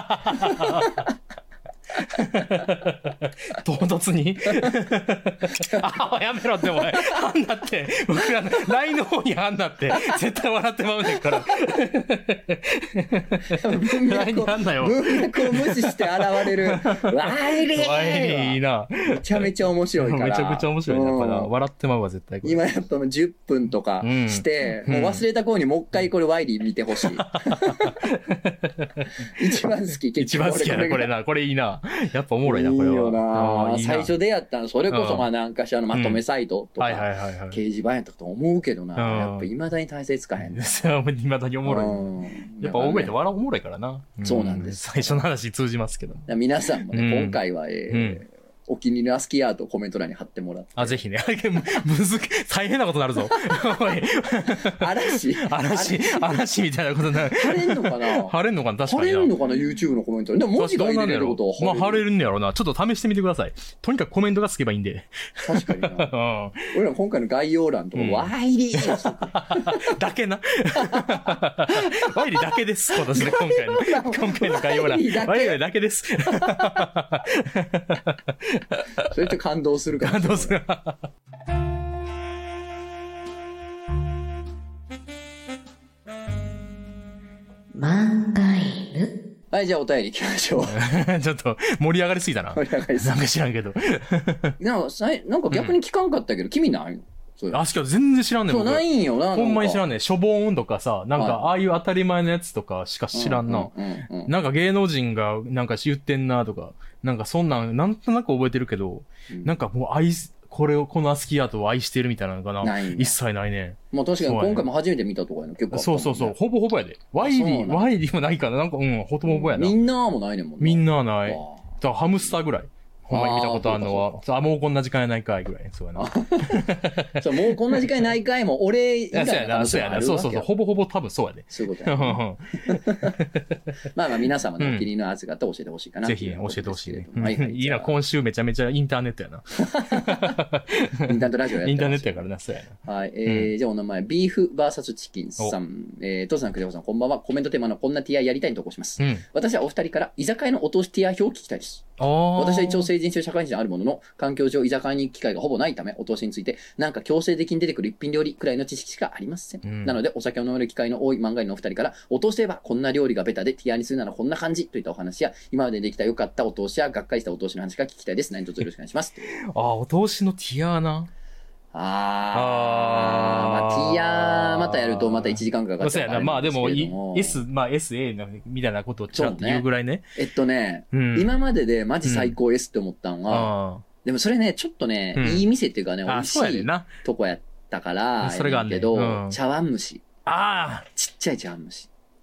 唐突にあ、やめろってお前。あんなって、僕らの ライン の方にあんなって、絶対笑ってまうねんから。 文脈を、文脈を無視して現れる、ワイリーワイリーいいな。 めちゃめちゃ面白いから。 めちゃくちゃ面白いな。やっぱな、笑ってまうわ、絶対。 今やっぱじゅっぷんとかして、うん、もう忘れた頃にもう一回これワイリー見てほしい。一番好き、 一番好きやな、これな。これいいな。やっぱおもろいな、これは。いいよな。最初出会ったの、それこそまあなんかしらのまとめサイトとか、掲示板やったと思うけどな。やっぱ未だに体勢つかへん。 未だにおもろい。やっぱ大声って笑うおもろいからな。 そうなんです。 最初の話通じますけど。 皆さんもね、今回は、えー、お気に入りのアスキーアートをコメント欄に貼ってもらって。 あ、ぜひね。むずく、大変なことになるぞ。 嵐嵐嵐みたいなことになる。 貼れんのかな貼れんのかな確かに。 貼れるのかな ?YouTube のコメントに。でも文字が入れることは貼れる。まあ貼れるんやろうな。ちょっと試してみてください。とにかくコメントがつけばいいんで。 確かにな。うん、俺ら今回の概要欄とか、うん、ワイリーだけな。ワイリーだけです。私ね、今回の。今回の概要欄。ワイリーだけです。 それって感動するから。 感動する。 漫画犬。はい、じゃあお便り行きましょう。 ちょっと盛り上がりすぎたな。 盛り上がりすぎた。 なんか知らんけど。 なんかさなんか逆に聞かんかったけど、うん、君ないのそうあ、しかも全然知らんねん。 そう、ないんよな。 ほんまに知らんねん。しょぼーんとかさ、なんか、ああいう当たり前のやつとかしか知らんな。なんか芸能人がなんか言ってんなとか、なんかそんなん、なんとなく覚えてるけど、うん、なんかもう愛す、これを、このアスキーアートを愛してるみたいなのかな。ない一切ないね。 まあ確かに今回も初めて見たとかやの結構、ね。 そうそうそう。ほぼほぼやで。ワイリー、ワイリーもないから、なんか、うん、ほぼほぼやな。 みんなもないねんもんな。みんなはない。だからハムスターぐらい。ほんまに見たことあるのは、あ、もうこんな時間やないかいぐらい。そうやな。 そう、もうこんな時間やないかいも、俺以外の可能性もあるわけ。 そうそうそう。ほぼほぼ多分そうやで。 そういうことや、ね。まあまあ皆様のお気に入りのやつがあったら教えてほしいかな。 ぜひ教えてほしいね。いいな、今週めちゃめちゃインターネットやな。 インターネットラジオやってインターネットやからな、そうやな。はい。えー、じゃあお名前、ビーフバーサスチキンさん。えー、トさん、クジャコさん、こんばんは。コメントテーマのこんなティアやりたいに投稿します。私はお二人から居酒屋のお通しティア表を聞きたいです。私は一応成人して社会人であるものの、環境上居酒屋に行く機会がほぼないため、お通しについて、なんか強制的に出てくる一品料理くらいの知識しかありません。うん、なので、お酒を飲める機会の多い漫画人のお二人から、お通しといえばこんな料理がベタで、ティアにするならこんな感じといったお話や、今までできた良かったお通しや、がっかりしたお通しの話が聞きたいです。何卒よろしくお願いします。 ああ、お通しのティアな。 ああ、まあ、ティア、またやるとまたいちじかんかかっちゃうから。 そうやな。まあでも、S、まあ エスエー みたいなことをちゃんと言うぐらいね。ねえっとね、うん、今まででマジ最高 S って思ったのは、うん、でもそれね、ちょっとね、うん、いい店っていうかね、美味しいとこやったから、それがあるけど、うん、茶碗蒸し。 ああ。 ちっちゃい茶碗蒸し。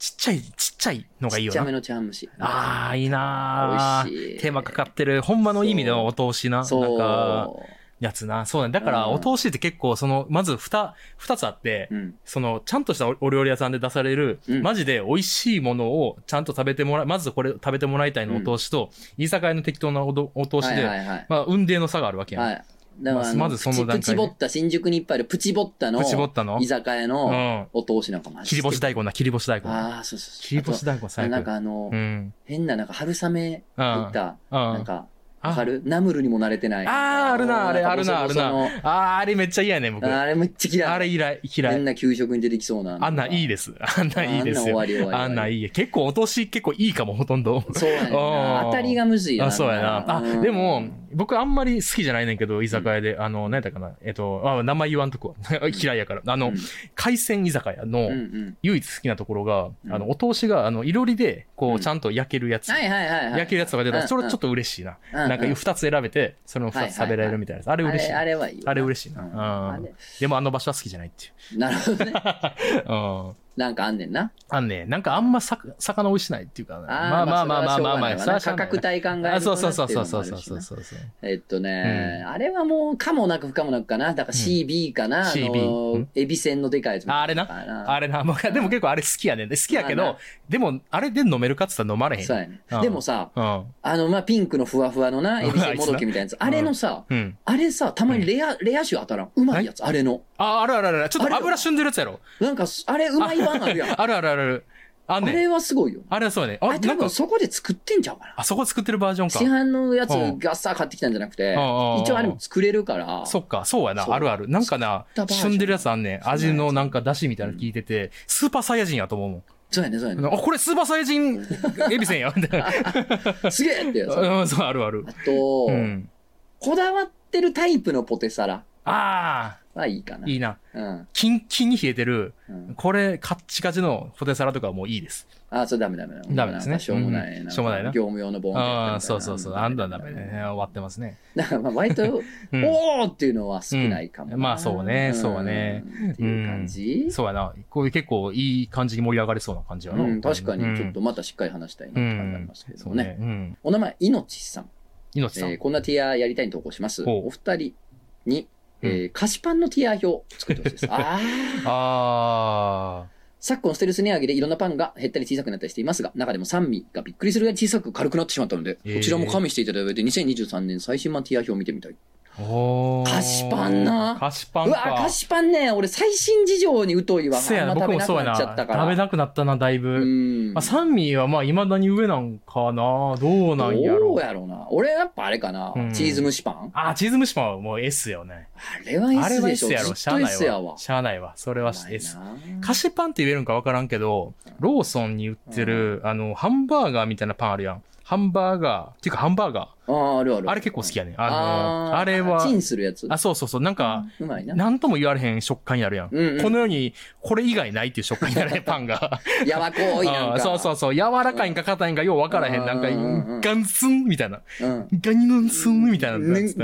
ちっちゃい、ちっちゃいのがいいよな。 ちっちゃめの茶碗蒸し。 ああ、いいな美味しい。 手間かかってる。ほんまの意味のお通しな。 そう。 なんか、やつな。そうね。だから、お通しって結構、その、まず二、二つあって、うん、その、ちゃんとしたお料理屋さんで出される、うん、マジで美味しいものをちゃんと食べてもらい、まずこれ食べてもらいたいのお通しと、うん、居酒屋の適当なお通しで、はいはいはい、まあ、運命の差があるわけやん。はい、 だからまずその段階で。プチボッタ、新宿にいっぱいあるプチボッタの、プチボッタの居酒屋のお通しなんかもある。 切り干し大根な、切り干し大根。 ああ、そうそうそう。 切り干し大根最高。 なんかあの、うん、変ななんか春雨入った、なんか、わかる？ナムルにも慣れてない。 ああ、あるな、あれ、あるな、あるな。ああ、あれめっちゃ嫌やねん、僕。 あれめっちゃ嫌い。 あれ嫌い、嫌い。 変な給食に出てきそうな。 あんないいです。あんないいですよ。 あんな終わり終わり。 あんないい。結構お通し結構いいかも、ほとんど。 そうやねんな。当たりがむずいな。 あ、そうやな。あ、でも、僕あんまり好きじゃないねんけど、居酒屋で、あの、何やったかな。えっと、あ、名前言わんとこ。嫌いやから。あの、海鮮居酒屋の唯一好きなところが、あの、お通しが、あの、いろりで、こう、ちゃんと焼けるやつ。 はいはいはい。 焼けるやつとか出たら、それちょっと嬉しいな。なんか二つ選べて、その二つ食べられるみたいなやつ。あれ嬉しい。 あれはいい。 あれ嬉しいな。でもあの場所は好きじゃないっていう。 なるほどね。 うん。 なんかあんねんな。 あんねん。なんかあんまさ魚美味しないっていうか、まあまあまあまあまあまあ、 価格帯感がある。 そうそうそうそうそうそうそう。 えっとね、あれはもうかもなく不可もなくかな。だから シービー かな。シービー。エビせんのでかいやつ。 あれな。あれな。でも結構あれ好きやねん。好きやけど、でもあれで飲めるかって言ったら飲まれへん。 そうやね。でもさ、あの、まあピンクのふわふわのな、エビせんもどきみたいなやつ。あれのさ、あれさ、たまにレア、レア種当たらん。うまいやつ、あれの。 あ、あるあるある。ちょっと油旬んでるやつやろ。 なんか、あれうまい版あるやん。 あるあるある。 あれはすごいよ。 あれはそうね。 あれ多分そこで作ってんちゃうかな。 あ、そこ作ってるバージョンか。 市販のやつガッサー買ってきたんじゃなくて、一応あれも作れるから。 そっか、そうやな。あるある。なんかな、旬んでるやつあんねん。味のなんか出汁みたいなの聞いてて、スーパーサイヤ人やと思うもん。 そうやね、そうやね。 あ、これスーパーサイヤ人エビせんや。みたいな。すげえってやつ。 うん、そう、あるある。 あと、こだわってるタイプのポテサラ。 ああ。 はいいかな。 いいな。うん。キンキンに冷えてる、これカッチカチのポテサラとかはもういいです。 ああ、それダメダメ。 ダメですね。 しょうもないな。 しょうもないな。 業務用のボンああ、そうそうそう。あんなダメね。終わってますね。 だからまあ割と、おーっていうのは少ないかも。 まあそうね、そうね。 っていう感じそうやな。こういう結構いい感じに盛り上がりそうな感じやな。 うん、確かにちょっとまたしっかり話したいなと考えますけどもね。お名前、いのちさん。 いのちさん。 こんなティアやりたいに投稿します。お二人に、えー、菓子パンのティア表を作ってほしいです。ああ。昨今ステルス値上げでいろんなパンが減ったり小さくなったりしていますが、中でも三味がびっくりするぐらい小さく軽くなってしまったので、こちらも加味していただいてにせんにじゅうさんねん最新版ティア表を見てみたい。菓子パンな。 菓子パンか。 うわ、菓子パンね。俺最新事情に疎いわ。 そうやな、僕もそうやな。食べなくなったな、だいぶ。まあ、三味はまあ、未だに上なんかな。どうなんやろ。 どうやろうな。俺やっぱあれかな。チーズ蒸しパン。 あ、チーズ蒸しパンはもう S よね。 あれは S でしょ。あれは S やろ。 しゃあないわ。しゃあないわ。それは S。菓子パンって言えるんかわからんけど、ローソンに売ってる、あの、ハンバーガーみたいなパンあるやん。ハンバーガー。っていうかハンバーガー。 ああ、あるある。 あれ結構好きやね。あの、あれは。 チンするやつ。 あ、そうそうそう。なんか、 うまいな。 なんとも言われへん食感になるやん。このように、これ以外ないっていう食感になるね、パンが。 やわこいなんか。 そうそうそう。柔らかいんか硬いんかよう分からへん。なんか、ガンツンみたいな。ガニのツンみたいな。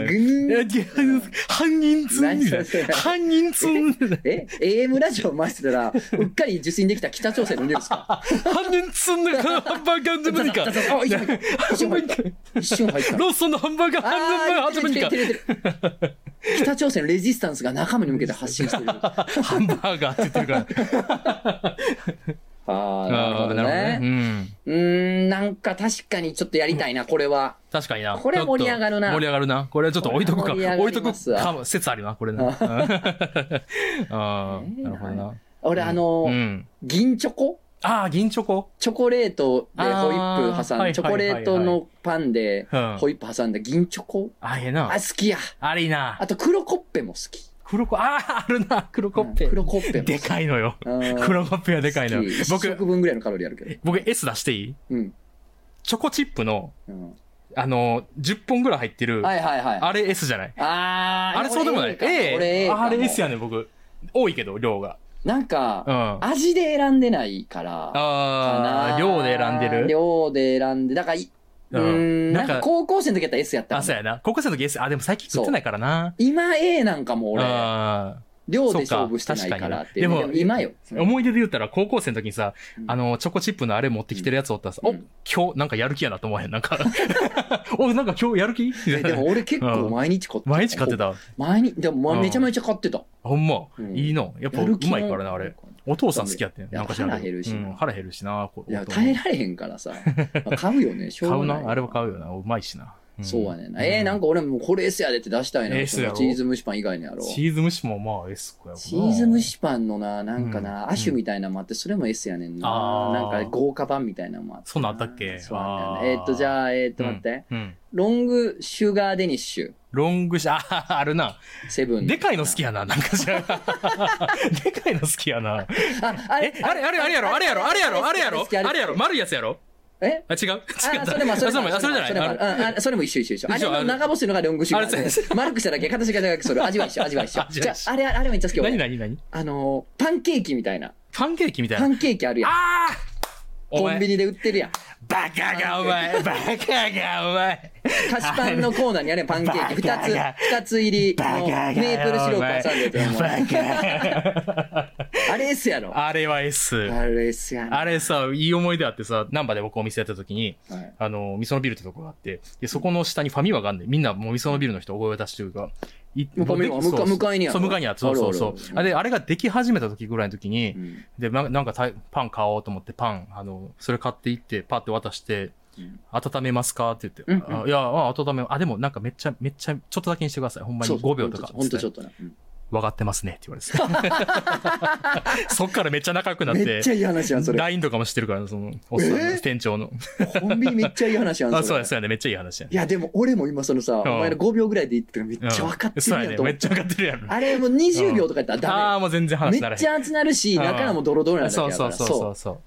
半人ツンみたいな。半人ツン。 え エーエム ラジオ回してたら、うっかり受信できた北朝鮮のニュースか。 半人ツンのハンバーガーで無理か。 一瞬入った。一瞬入った。 ローソンのハンバーガー半分前始めにか。 北朝鮮のレジスタンスが仲間に向けて発信してる。 ハンバーガーって言ってるから。 ああ、なるほどね。うん。うん、なんか確かにちょっとやりたいな、これは。 確かにな。 これ盛り上がるな。 盛り上がるな。これちょっと置いとくか。置いとくかも、説あるな、これな。ああ、なるほどな。 俺、あの、銀チョコああ、銀チョコチョコレートでホイップ挟んで、チョコレートのパンでホイップ挟んだ銀チョコ。 あ、ええな。 あ、好きや。 あれいいな。 あと黒コッペも好き。 黒コ、ああ、あるな、黒コッペ。 黒コッペ。 でかいのよ。黒コッペはでかいのよ。 僕、いっ食分ぐらいのカロリーあるけど。 僕 S 出していい？ うん。 チョコチップの、あの、じゅっぽんぐらい入ってる。 はいはいはい。 あれ S じゃない？ ああ、 あれそうでもない。A。あれ S やねん、僕。多いけど、量が。 なんか、味で選んでないから。 ああ、量で選んでる？ 量で選んで、だから、うん、なんか高校生の時やったら S やった。 あ、そうやな。高校生の時 S。あ、でも最近食ってないからな。 今 A なんかも俺。 量で勝負してないからって。でも今よ。 思い出で言ったら高校生の時にさ、あの、チョコチップのあれ持ってきてるやつおったらさ、お、今日なんかやる気やなと思わへん。なんか、お、なんか今日やる気でも俺結構毎日買ってた。 毎日買ってた。 毎日、でもめちゃめちゃ買ってた。 ほんま、いいの。やっぱうまいからな、あれ。お父さん好きやってん。なんか腹減るしな。 腹減るしな。 いや、耐えられへんからさ。買うよね、 買うな。あれは買うよな。うまいしな。 そうやねんな。えー、なんか俺もこれ S やでって出したいな。 S やろ。 チーズ蒸しパン以外のやろ。 チーズ蒸しもまあ S かやチーズ蒸しパンのな、なんかな、アシュみたいなのもあって、それも S やねんな。なんか豪華版みたいなのもあって。 そんなんあったっけ？ そうなんだよね。えーっと、じゃあ、えーっと、待って。ロングシュガーデニッシュ。 ロングシュ、あ、あるな。 セブン。 でかいの好きやな、なんかじゃでかいの好きやな。あ、あれ、あれ、あれ、あれやろ、あれやろ、あれやろ、あれやろ、あれやろ、丸いやつやろ。 えあ、違う違う。 あ、それも、それも、 それじゃない。 あ、それも一緒一緒一緒。あれの長細いのがロングシュガー。丸くしただけ、形が長くする。味は一緒、味は一緒。じゃあ、あれ、あれめっちゃ好き。 何何何あの、パンケーキみたいな。 パンケーキみたいな。 パンケーキあるやん。 ああコンビニで売ってるやん。 バカがうまいバカがうまい菓子パンのコーナーにあるパンケーキ。二つ、二つ入りのメープルシロップ挟んでて。あれ S やろ。 あれは S。 あれ S やな。 あれさ、いい思い出あってさ、難波で僕お店やった時に、あの、味噌のビルってとこがあって、で、そこの下にファミマがあんねん。みんなもう味噌のビルの人覚え出してるか。 ファミマ向かいにある。 そう、向かいにある。そうそうそう。あれ、あれができ始めた時ぐらいの時に、で、なんかパン買おうと思ってパン、あの、それ買っていって、パって渡して、温めますかって言って。いや、温め、あ、でもなんかめっちゃ、めっちゃ、ちょっとだけにしてください。ほんまにごびょうとか。 ほんとちょっとな。 分かってますねって言われて。そっからめっちゃ仲良くなって。 めっちゃいい話やん、それ。 ライン とかもしてるから、その、おっさんの店長の。 コンビニめっちゃいい話やん、 あ、そうや、そうやね。めっちゃいい話やん。 いや、でも俺も今そのさ、お前のごびょうぐらいで言ってたらめっちゃ分かってるやんと。 めっちゃ分かってるやん。 あれもうにじゅうびょうとかやったらダメ。 ああ、もう全然話ならへん。 めっちゃ熱なるし、中もドロドロなんだから。 そうそうそうそう。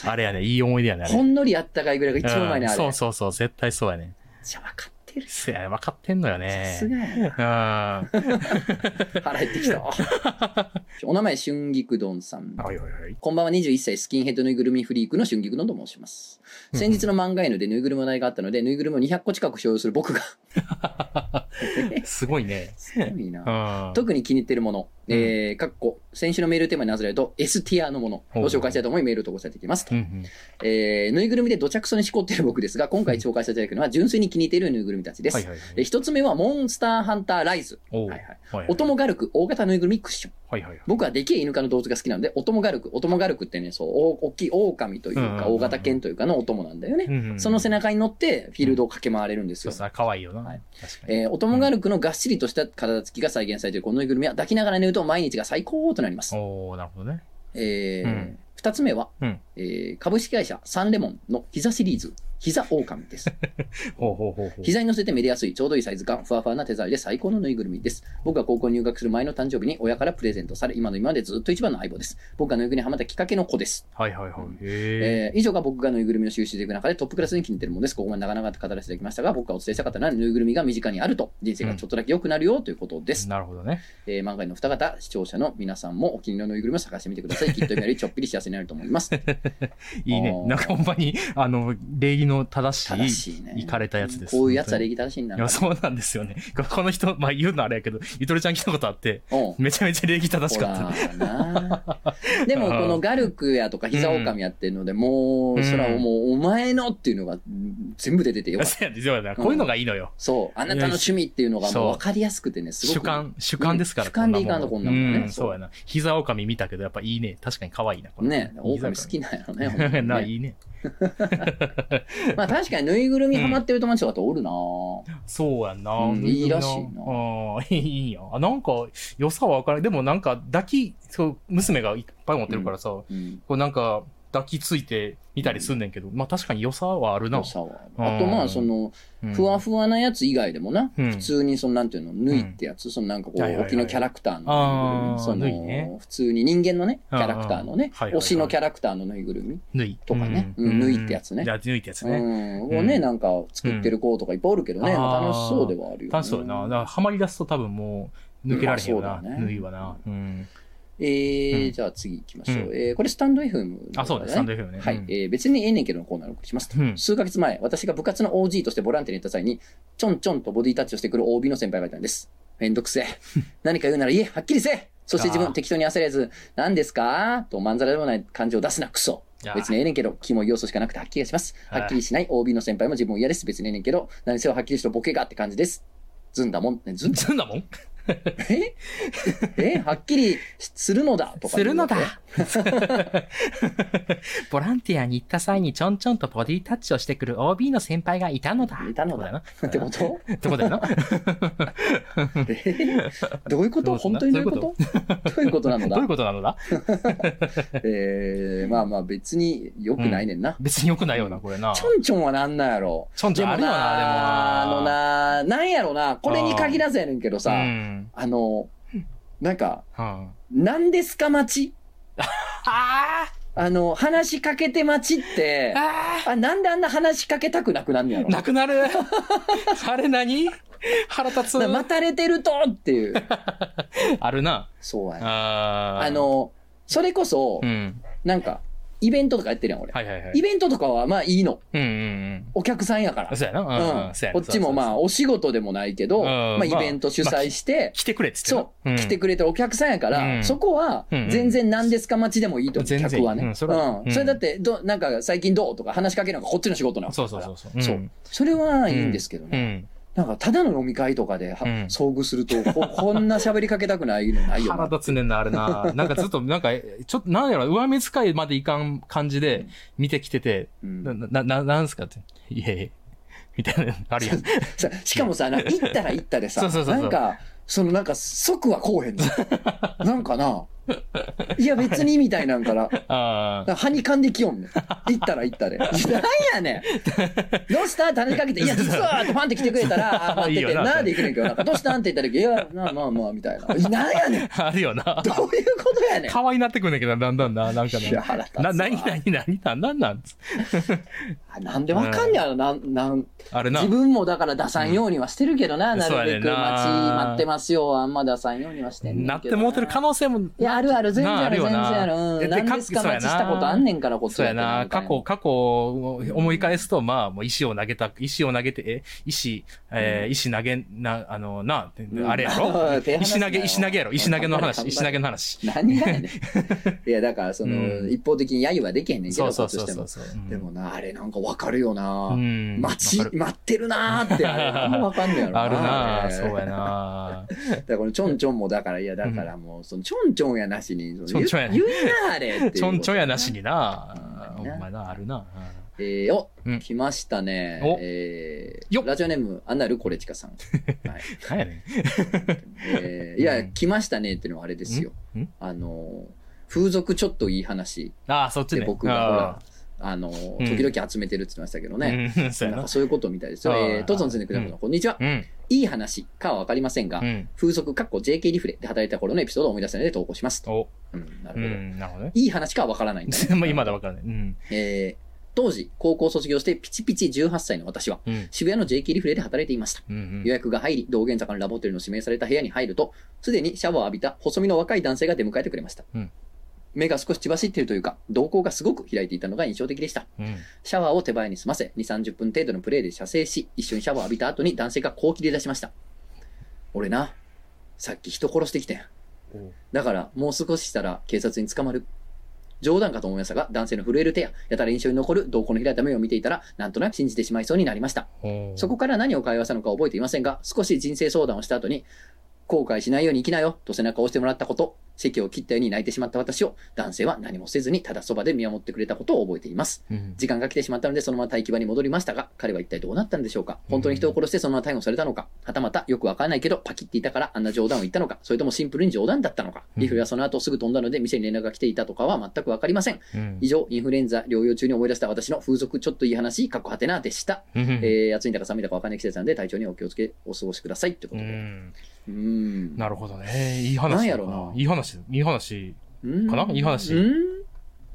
あれやね、いい思い出やね。 ほんのりあったかいぐらいが一番うまいね、あれ。 そうそうそう、絶対そうやね。 じゃあ分かってる。 せや、分かってんのよね。 さすがやな。腹減ってきた。お名前、春菊丼さん。 はいはいはい。 こんばんは、にじゅういっさいスキンヘッドぬいぐるみフリークの春菊丼と申します。先日の漫画犬でぬいぐるみの題があったので、ぬいぐるみをにひゃっこ近く所有する僕が。 すごいね。 すごいな。特に気に入っているもの、えー、かっこ、先週のメールテーマになぞらえると S ティアのものを紹介したいと思いメールを投稿させていきますと。えー、ぬいぐるみでどちゃくそにしこっている僕ですが、今回紹介させていただくのは純粋に気に入っているぬいぐるみたちです。一つ目はモンスターハンターライズ。はいはい。オトモガルク大型ぬいぐるみクッション。はいはいはい、僕はでけえ犬科の動物が好きなので、オトモガルク、オトモガルクってね、そう、大きい狼というか、大型犬というかのお供なんだよね。うんうん、その背中に乗ってフィールドを駆け回れるんですよ。 そうさ、可愛いよな。はい、 確かに。えー、オトモガルクのがっしりとした体つきが再現されているこのぬいぐるみは抱きながら寝ると毎日が最高となります。 おー、なるほどね。 えー、うん、二つ目は、うん、えー、株式会社サンレモンの膝シリーズ。膝狼です。ほうほうほうほう。膝に乗せてめでやすい、ちょうどいいサイズ感、ふわふわな手触りで最高のぬいぐるみです。僕が高校に入学する前の誕生日に親からプレゼントされ、今の今までずっと一番の相棒です。僕がぬいぐるみにハマったきっかけの子です。 はいはいはい。 へえー、以上が僕がぬいぐるみを収集していく中でトップクラスに気に入っているものです。ここまで長々と語らせていただきましたが、僕がお伝えしたかったのはぬいぐるみが身近にあると、人生がちょっとだけ良くなるよということです。 うん、なるほどね。 えー、漫画の二方、視聴者の皆さんもお気に入りのぬいぐるみを探してみてください。きっと今よりちょっぴり幸せになると思います。 いいね。なんかほんまに、あの、礼儀の正しい。行かれたやつです。 こういうやつは礼儀正しいんだ。 いや、そうなんですよね。この人、まあ言うのあれやけど、ゆとりちゃん来たことあって、めちゃめちゃ礼儀正しかった。 なでも、このガルクやとか膝狼やってるので、もう、そらもう、お前のっていうのが全部出ててよかった。 そうやね、そうやね。こういうのがいいのよ。 そう。あなたの趣味っていうのがもう分かりやすくてね、すごく。 主観、主観ですから。 主観でいかんとこんなもんね。 そうやな。膝狼見たけど、やっぱいいね。確かに可愛いな。 ね、狼好きなんやろね。 な、いいね。 まあ確かにぬいぐるみハマってる友達とかっておるな、 そうやんな、 いいらしいな。 ああ、いいんや。なんか、良さは分からない。でもなんか、抱き、そう、娘がいっぱい持ってるからさ、こうなんか、抱きついてみたりすんねんけど、まあ確かに良さはあるな。 良さはある。あとまあその、ふわふわなやつ以外でもな、普通にそのなんていうの、ぬいってやつ、そのなんかこう、沖のキャラクターの、その、普通に人間のね、キャラクターのね、推しのキャラクターのぬいぐるみとかね、ぬいってやつね。 ぬいってやつね。 をね、なんか作ってる子とかいっぱいおるけどね、楽しそうではあるよね。 楽しそうやな。だからハマり出すと多分もう抜けられへんよな、ぬいはな。 えー、うん、じゃあ次行きましょう。うん、えー、これスタンド エフエム、ね。 あ、そうです、スタンド エフエム ね。 はい。うん、えー、別にええねんけどのコーナーをお送りしますと、うん。数ヶ月前、私が部活の オージー としてボランティアに行った際に、ちょんちょんとボディタッチをしてくる オービー の先輩がいたんです。めんどくせえ。何か言うなら言え、はっきりせえそして自分適当に焦らず、何ですかとまんざらでもない感情を出すな、クソ。別にええねんけど、キモい要素しかなくてはっきりします。はっきりしない オービー の先輩も自分も嫌です。別にええねんけど、何せよはっきりしろボケがって感じです。ずんだもん。ね、ずんずんだもんええはっきりするのだとか。 するのだボランティアに行った際にちょんちょんとボディタッチをしてくる オービー の先輩がいたのだ。 いたのだ。ってことってことだよな。 えどういうこと本当にどういうことどういうことなのだどういうことなのだえー、まあまあ別に良くないねんな。 別に良くないよな、これな。 ちょんちょんはなんなんやろ。 ちょんちょんあるよな、でもな。 あのな、なんやろな。これに限らずやねんけどさ、あの、なんか、なんですか待ちあの、話しかけて待ちって、あなんであんな話しかけたくなくなんねやろ。 なくなるあれ何腹立つ。 待たれてるとっていう。 あるな。 そうやね。ああの、それこそ、うん、なんか、イベントとかやってるやん、俺。はいはいはい。イベントとかはまあいいの。うんうんうん。お客さんやから。 そうやな。うん。 うん、こっちもまあお仕事でもないけど、まあイベント主催して、 来てくれっつって。 そう。来てくれてるお客さんやから、そこは全然何ですか待ちでもいいと思う、客はね。うん。それだって、ど、なんか最近どうとか話しかけるのがこっちの仕事なの。 そうそうそうそう。 そう。それはいいんですけどね。なんか、ただの飲み会とかで、うん、遭遇するとこ、こんな喋りかけたくないのないよな。 腹立つねんな、あれな。なんかずっと、なんか、ちょっと、なんやろ、上目遣いまでいかん感じで見てきてて、うん、な、な、なんすかって。いえいえ。みたいな、あるやん。 しかもさ、行ったら行ったでさ、そうそうそうそうなんか、そのなんか、即はこうへんの。なんかな、いや別にみたいなんから、ああ。はにかんできよんねん。行ったら行ったで。なんやねん。どうしたって話しかけて、いや実はってファンって来てくれたら、あ、待っててんなで行くねんけど、なんかどうしたんって言った時、いや、まあまあまあ、みたいな。なんやねん。 あるよな。 どういうことやねん。 可愛いなってくんねんけど、だんだんな、なんかな。いや、腹立つわ。な、なになになにな、なんなんなんでわかんねやろ、なん、なん、あれな。自分もだから出さんようにはしてるけどな、なるべく待ち、待ってますよ、あんま出さんようにはしてんねんけど。 なってもうてる可能性も。 いや、あるある、全然ある、全然ある。うん。何ですか待ちしたことあんねんから、こっちそうやな。過去、過去を思い返すと、まあ、もう石を投げた、石を投げて、え、石、えー、石投げ、な、あの、な、あれやろ石投げ、石投げやろ石投げの話、石投げの話。 何がやねん。いや、だから、その、一方的に揶揄はできへんねんけど、そうそうそうそう。でもな、あれなんかわかるよな。待ち、待ってるなーって、あれ、あんまわかんねやろな。 あるなそうやなだから、このちょんちょんも、だから、いや、だからもう、その、ちょんちょんやなしに、ちょんちょんやな。言うな、あれって。 ちょんちょんやなしにな。お前な、あるな。 えー、お、来ましたね。えー、ラジオネーム、アナルコレチカさん。はい。 何やねん。 えー、いや、来ましたねっていうのはあれですよ。あの、風俗ちょっといい話。 ああ、そっちね。 僕がほら、あの、時々集めてるって言ってましたけどね。なんかそういうことみたいですよ。えー、トゾンズネクラブのこんにちは。いい話かはわかりませんが、風俗かっこ ジェーケー リフレで働いた頃のエピソードを思い出したので投稿します。お。うん、なるほど。なるほどね。いい話かはわからないんだね。 まあ今だわからない。うん。 えー、当時、高校卒業してピチピチじゅうはっさいの私は、うん、渋谷の ジェーケー リフレで働いていました。うんうん、予約が入り、道玄坂のラボホテルの指名された部屋に入ると、すでにシャワーを浴びた細身の若い男性が出迎えてくれました。うん、目が少し血走っているというか、瞳孔がすごく開いていたのが印象的でした。うん、シャワーを手早に済ませ、に、さんじゅっぷん程度のプレイで射精し、一緒にシャワーを浴びた後に男性がこう切り出しました。俺な、さっき人殺してきてん。だから、もう少ししたら警察に捕まる。冗談かと思いましたが、男性の震える手や、やたら印象に残る瞳孔の開いた目を見ていたら、なんとなく信じてしまいそうになりました。そこから何を会話したのか覚えていませんが、少し人生相談をした後に、後悔しないように生きなよ、と背中を押してもらったこと、席を切ったように泣いてしまった私を、男性は何もせずにただそばで見守ってくれたことを覚えています。うん、時間が来てしまったのでそのまま待機場に戻りましたが、彼は一体どうなったんでしょうか。本当に人を殺してそのまま逮捕されたのか、はたまたよくわからないけどパキっていたからあんな冗談を言ったのか、それともシンプルに冗談だったのか、リフレはその後すぐ飛んだので店に連絡が来ていたとかは全くわかりません。うん、以上、インフルエンザ療養中に思い出した私の風俗ちょっといい話、かっこはてなでした。うん、えー、暑いんだか寒いんだかわかんない季節なんで体調にお気をつけお過ごしくださいってことで。うんうん、なるほどね。いい話。 なんやろな。 いい話、いい話かな、いい話。 うん。うん。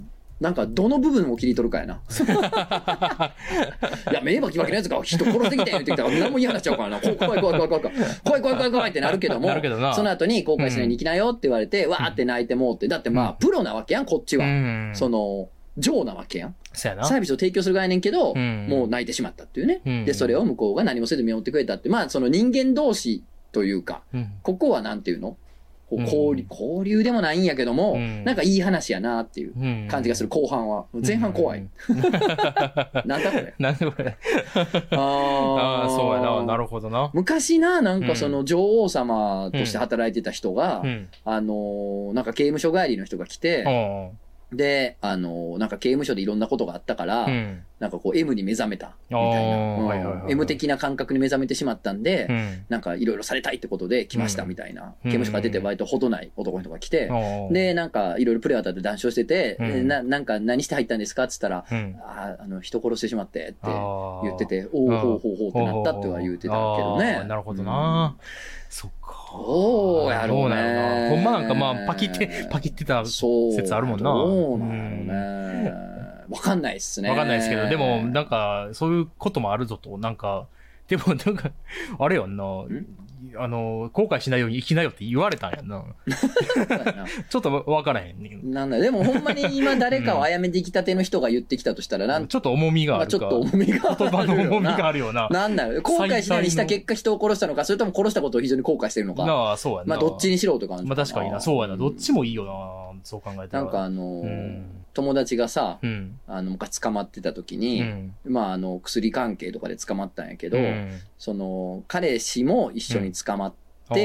なんか、どの部分を切り取るかやな。いや、目バキバキのやつが人殺してきてんって言ったら、何もいい話ちゃうからな。怖い怖い怖い怖い怖い怖い。怖い怖い怖い怖いってなるけども、その後に後悔しないに行きなよって言われて、うん、わーって泣いてもうって。だってまあ、プロなわけやん、こっちは。うん、その、ジョーなわけやん。サービスを提供する概念けど、うん、もう泣いてしまったっていうね、うん。で、それを向こうが何もせず見守ってくれたって。まあ、その人間同士というか、うん、ここはなんていうのここう交流、交流でもないんやけども、うん、なんかいい話やなっていう感じがする、後半は。前半怖い。うん、なんだこれ。 なんだこれ。ああ、そうやな。なるほどな。 昔な、なんかその女王様として働いてた人が、うん、あのー、なんか刑務所帰りの人が来て、うんで、あの、なんか刑務所でいろんなことがあったから、うん、なんかこう M に目覚めたみたいな、うん、M 的な感覚に目覚めてしまったんで、うん、なんかいろいろされたいってことで来ましたみたいな、うん、刑務所から出て割とほどない男の人が来て、うん、で、なんかいろいろプレイ当たって談笑してて、うん、ななんか何して入ったんですかって言ったら、うん、ああの人殺してしまってって言ってて、おおほうほうほうってなったっては言ってたけどね。 なるほどな、うん、そっか。 どうやろうね。 ほんまなんかまあ、パキって、パキってた説あるもんな。 そうなのね。わかんないっすね。 わかんないですけど、でも、なんか、そういうこともあるぞと、なんか、でもなんか、あれやんな、あの、後悔しないように生きなよって言われたんやんな。ちょっとわからへんねん。 なんだ、でもほんまに今誰かを殺めてきたての人が言ってきたとしたら、なん、 ちょっと重みがあるか。 ちょっと重みがある。 言葉の重みがあるよな。 なんだよ。後悔しないようにした結果人を殺したのか、それとも殺したことを非常に後悔してるのか。 なあ、そうやな。 まあどっちにしろとか。 まあ確かにな。そうやな。どっちもいいよな。そう考えたら。 なんかあのー、友達がさ、うん、あの、昔捕まってた時に、うん、まああの、薬関係とかで捕まったんやけど、うん、その、彼氏も一緒に捕まって、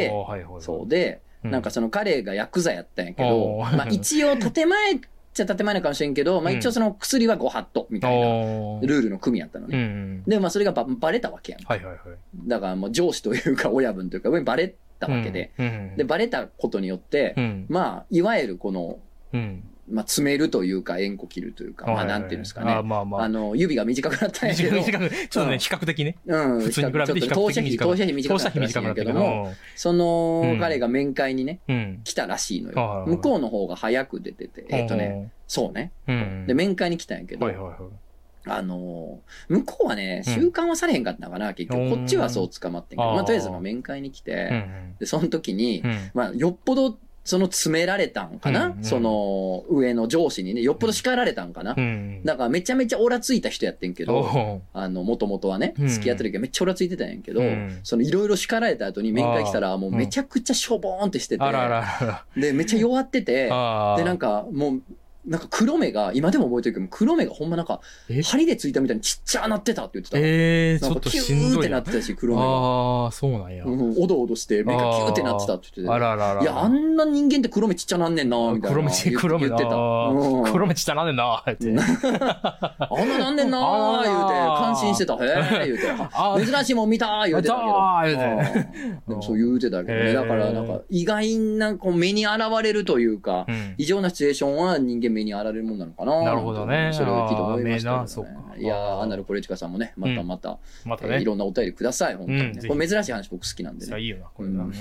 うんはいはいはい、そうで、うん、なんかその彼がヤクザやったんやけど、まあ一応建前っちゃ建前なかもしれんけど、まあ一応その薬はご法度みたいなルールの組やったのね。うん、で、まあそれがばバレたわけやん。はいはいはい、だからもう上司というか親分というか上にバレたわけで、うんうん、で、バレたことによって、うん、まあいわゆるこの、うんまあ、詰めるというか、縁故切るというか、まあ、なんていうんですかね。あ、まあまあ。あの、指が短くなったんやけど。 短く、ちょっとね、比較的ね。 うん。 普通に比べて比較的短く。 投射費短くなったらしいんやけども、その、彼が面会にね、来たらしいのよ。向こうの方が早く出てて、えっとね、そうね。で、面会に来たんやけど、あの、向こうはね、習慣はされへんかったのかな、結局。こっちはそう捕まってんけど、まあ、とりあえず面会に来て、で、その時に、まあ、よっぽど、その詰められたんかな、うんうん、その上の上司にね、よっぽど叱られたんかな、うん、だからめちゃめちゃオラついた人やってんけど、あの、もともとはね、付き合ってる時はめっちゃオラついてたんやけど、うん、そのいろいろ叱られた後に面会来たらもうめちゃくちゃしょぼーんってしてて、うん、あらららで、めっちゃ弱ってて、で、なんかもう、なんか黒目が、今でも覚えてるけど、黒目がほんまなんか、針でついたみたいにちっちゃなってたって言ってた。 えー、ちょっとしんどいな。キューってなってたし、黒目が。 ああ、そうなんや。 うん、おどおどして、目がキューってなってたって言ってた。 あららら。 いや、あんな人間って黒目ちっちゃなんねんな、みたいな。 黒目ち、黒目言ってた。うん、黒目ちっちゃなんねんな、って。 あんななんねんなー、言うて、感心してた。へー、言うて。珍しいもん見たー、言うてたけど。言うて。でもそう言うてたけどね。だからなんか、意外なこう目に現れるというか、異常なシチュエーションは人間目に現れるもんなのかな。 なるほどね。 それを聞いて思いましたけどね。いやー、アナルポレチカさんもね、またまた、またね、いろんなお便りください、本当にね。これ珍しい話僕好きなんでね。 いいよな、これな。なん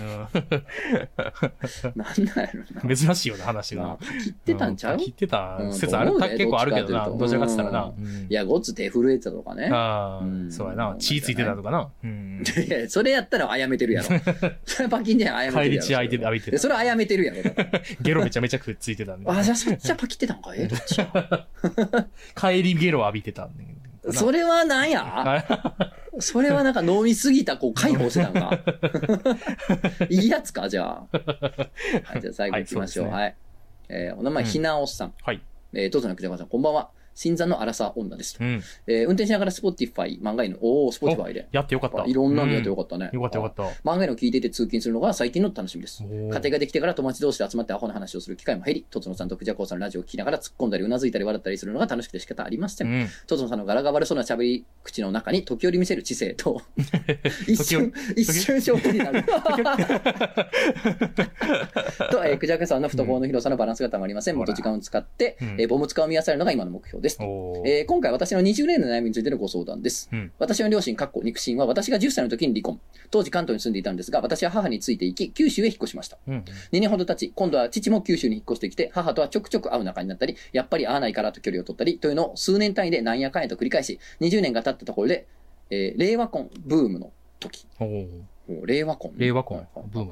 なんやろな。 珍しいよな、話が。 切ってたんちゃう切ってた説ある、結構あるけどな、どちらかって言ったらな。 いや、ごつ手震えてたとかね。 ああ、そうやな。血ついてたとかな。 いや、それやったらあやめてるやろ。それパキンじゃん、あやめてるやろ。 帰り血浴びてた。 それはあやめてるやろ。 ゲロめちゃめちゃくっついてたんで。 あ、じゃあそっちはパキってたんかえどっち帰りゲロ浴びてたんだそれはなんやそれはなんか飲みすぎた、こう、解放してたんかいいやつかじゃあ。はい、じゃあ最後行きましょう。はい。うね、はいえー、お名前、ひなおさん。はい。えー、とつのくじゃかさん、こんばんは。新参のアラサー女ですと、うんえー。運転しながらスポティファイ、漫画への、おー、スポティファイで。 やってよかった。 いろんなのやってよかったね。 うん、よかったよかった。 漫画への聞いていて通勤するのが最近の楽しみです。家庭ができてから友達同士で集まってアホな話をする機会も減り、とつのさんとくじゃこうさんのラジオを聞きながら突っ込んだりうなずいたり笑ったりするのが楽しくて仕方ありません。うん、とつのさんの柄が悪そうな喋り口の中に時折見せる知性と、一瞬、一瞬勝負になる。と、えー、くじゃこさんの懐の広さのバランスがたまりません。もっと時間を使って、うん、えー、ボム使を見やされるのが今の目標です。えー今回私のにじゅうねんの悩みについてのご相談です。うん、私の両親、かっこ肉親は私がじゅっさいの時に離婚。当時関東に住んでいたんですが、私は母について行き、九州へ引っ越しました。うん、にねんほど経ち、今度は父も九州に引っ越してきて、母とはちょくちょく会う仲になったり、やっぱり会わないからと距離を取ったり、というのを数年単位でなんやかんやと繰り返し、にじゅうねんが経ったところで、えー、令和婚ブームの時。令和婚、 令和婚ブームあったんや。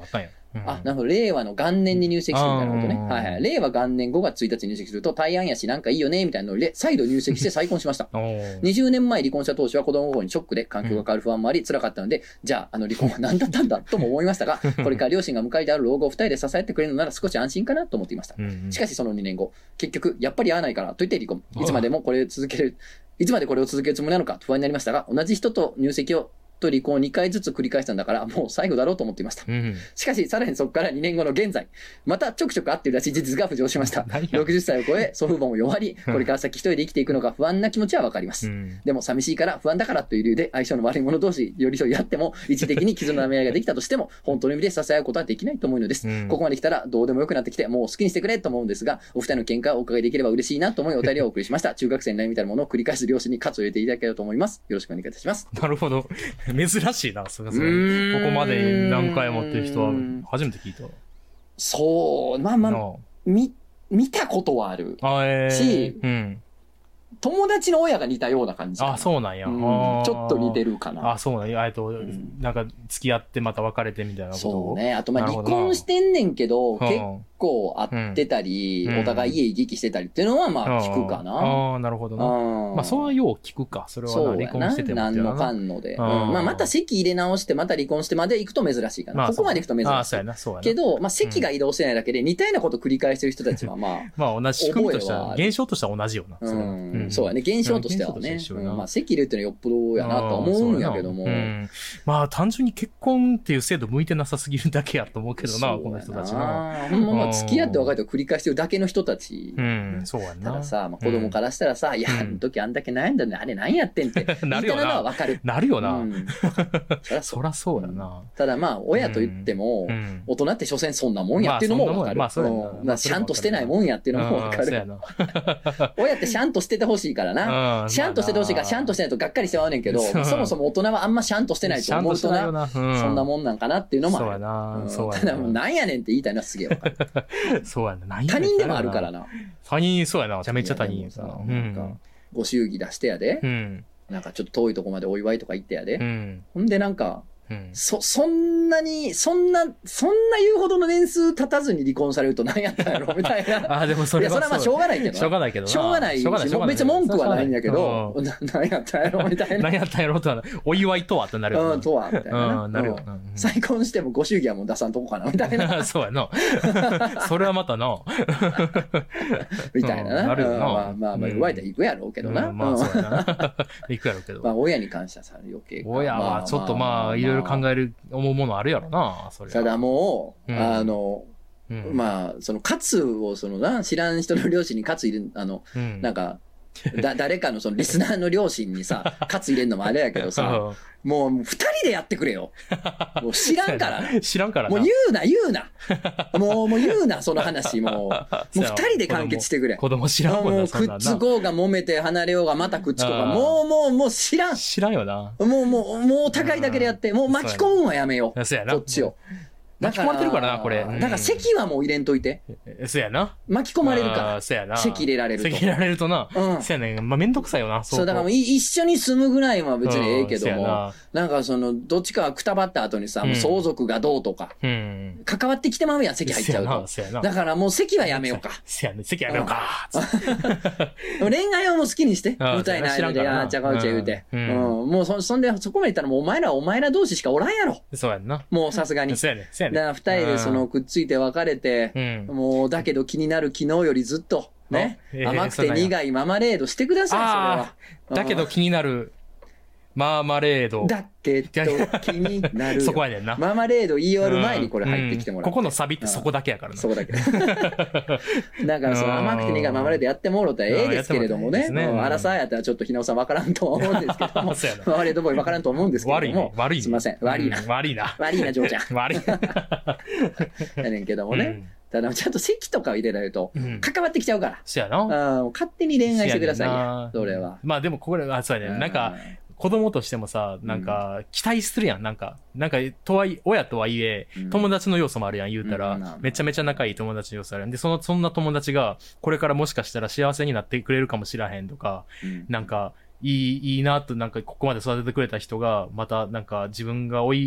うん、あ、なるほど。令和の元年に入籍するみたいなことね。はいはい。令和元年ごがつついたちに入籍すると、大安やしなんかいいよね、みたいなので、再度入籍して再婚しました。にじゅうねんまえ離婚した当初は子供心にショックで環境が変わる不安もあり辛かったので、うん、じゃあ、あの離婚は何だったんだとも思いましたが、これから両親が迎えてある老後を二人で支えてくれるのなら少し安心かなと思っていました。うんうん、しかしそのにねんご、結局、やっぱり合わないからと言って離婚。いつまでもこれを続ける、いつまでこれを続けるつもりなのか不安になりましたが、同じ人と入籍をと離婚をにかいずつ繰り返したんだから、もう最後だろうと思っていました。うん、しかし、さらにそこからにねんごの現在、またちょくちょく会っているらしい事実が浮上しました。ろくじゅっさいを超え、祖父母も弱り、これから先一人で生きていくのが不安な気持ちはわかります。うん、でも、寂しいから、不安だからという理由で、相性の悪い者同士、寄り添い合っても、一時的に絆の舐め合いができたとしても、本当の意味で支え合うことはできないと思うのです。うん、ここまで来たら、どうでもよくなってきて、もう好きにしてくれと思うんですが、お二人の見解をお伺いできれば嬉しいなと思い、お便りをお送りしました。中学生に悩みみたいなものを繰り返す両親に喝を入れていただければと思います。よろしくお願いいたします。 なるほど。珍しいな。それそれここまで何回もっていう人は初めて聞いた。 そう、まあまあ、見、見たことはある。あえー、し、うん、友達の親が似たような感じ。 あ、そうなんや、うん。 ちょっと似てるかな。 あ、そうなんや。えっと、うん、なんか付き合ってまた別れてみたいなこと。 そうね。あとまあ離婚してんねんけど、結構会ってたり、うん、お互い家行き来してたりっていうのはまあ聞くかな。 ああ、なるほどな。まあそれはよう聞くか。それはな離婚してても。 何のかんので。うん、まあまた籍入れ直してまた離婚してまで行くと珍しいかな。まあ、ここまで行くと珍しい。ああ、そうやな、そうやな。けど、まあ籍が移動してないだけで似たようなこと繰り返してる人たちはまあ。 まあ同じ仕組みとしては、現象としては同じよな。 うん。そうやね。現象としてはね。うん、まあ籍入れるっていうのはよっぽどやなと思うんやけども。うん、 まあ単純に結婚っていう制度向いてなさすぎるだけやと思うけどな、この人たちな。 ほんままあ付き合って別れて繰り返してるだけの人たち。 うん、そうやな。 たださ、まあ、子供からしたらさ、うん、いや、あの時あんだけ悩んだね、あれ何やってんって。 なるよな。 のはわかる。 なるよな。うん、そらそうやな。 ただまあ、親と言っても、うん、大人って所詮そんなもんやっていうのもわかる。まあ、そうやな。シャンとしてないもんやっていうのもわかる。親ってシャンとしててほしいからな。シャンとしててほしいから、シャンとしてないとがっかりしてまうねんけど、そもそも大人はあんまシャンとしてないと思うとな、そんなもんなんかなっていうのもある。そうやな。そうやな。ただもうなんやねんって言いたいのはすげえわかる。 そうやな。 他人でもあるからな。 他人、そうやな。めちゃめちゃ他人やさ。なんか、 ご祝儀出してやで。うん。なんかちょっと遠いとこまでお祝いとか行ってやで。うん。ほんでなんか、うん、そ、そんなに、そんな、そんな言うほどの年数経たずに離婚されると何やったんやろみたいな。 あ、でもそれは。 いや、それはまあしょうがないけど。 しょうがないけどしょうがないし、別に文句はないんやけど、何やったんやろみたいな。 何やったんやろとは、お祝いとはってなるよ。 うん、とは、みたいな。 うん、なるよ。 再婚してもご祝儀はもう出さんとこかな、みたいな。 そうやな。それはまたな。 みたいな。なるよな。まあまあ、まあ、祝いたら行くやろうけどな。 まあ、そうやな。行くやろうけど。 まあ、親に関してはさ、余計。 親はちょっとまあ、いろいろ考える。思うものあるやろな、それ。 ただもう、うん、あの、うん、まあ、その、カツを、そのな、知らん人の両親にカツ入れる、あの、うん、なんか、だ、誰かのそのリスナーの両親にさ、カツ入れるのもあれやけどさ、もう二人でやってくれよ。もう知らんから。 知らんからな。 もう言うな、言うな。もう、もう言うな、その話。もう、もう二人で完結してくれ。 子供知らんもんな。 もうくっつこうが揉めて離れようがまたくっつこうが、もう、もう、もう知らん。 知らんよな。 もう、もう、もう高いだけでやって、もう巻き込むんはやめよう。 そうやな。 こっちを。 巻き込まれてるからな、これ。 だから席はもう入れんといて。 そうやな。 巻き込まれるから。 そうやな。 席入れられると。 席入れられるとな。うん。そうやね。まあ、めんどくさいよな。 そう、だからもう一緒に住むぐらいは別にええけども、なんかその、どっちかがくたばった後にさ、もう相続がどうとか、関わってきてまうやん、席入っちゃうと。だからもう席はやめようか。 そうやね。席やめようか。 恋愛をもう好きにして。みたいな間で、あーちゃかうちゃ言うて。うん。もうそ、そんで、そこまで言ったらもうお前らお前ら同士しかおらんやろ。 そうやんな。 もうさすがに。 そうやね。そうやね。 だから二人でそのくっついて別れて、もうだけど気になる昨日よりずっと、ね。甘くて苦いママレードしてください、それは。 だけど気になるマーマレード。 だけど気になる。 そこやねんな。 マーマレード言い終わる前にこれ入ってきてもらう。 ここのサビってそこだけやからな。 そこだけ。だからその甘くて苦いマーマレードやってもろたらええですけれどもね。アラサーやったらちょっとひなおさんわからんと思うんですけども。マーマレードボーイわからんと思うんですけども。 悪い。 すいません。悪いな。 悪いな。 悪いな、ジョーちゃん。 悪い。 やねんけどもね。ただ、ちゃんと席とか入れられると、関わってきちゃうから。 そうやな。 勝手に恋愛してくださいよ。それは。 まあでも、これは、そうやね。なんか、子供としてもさ、なんか、期待するやん。なんか、なんか、とはいえ、親とはいえ、友達の要素もあるやん、言うたら。めちゃめちゃ仲いい友達の要素あるやん。で、その、そんな友達が、これからもしかしたら幸せになってくれるかもしらへんとか、なんか、いい、いいなと、なんか、ここまで育ててくれた人が、また、なんか、自分が追い、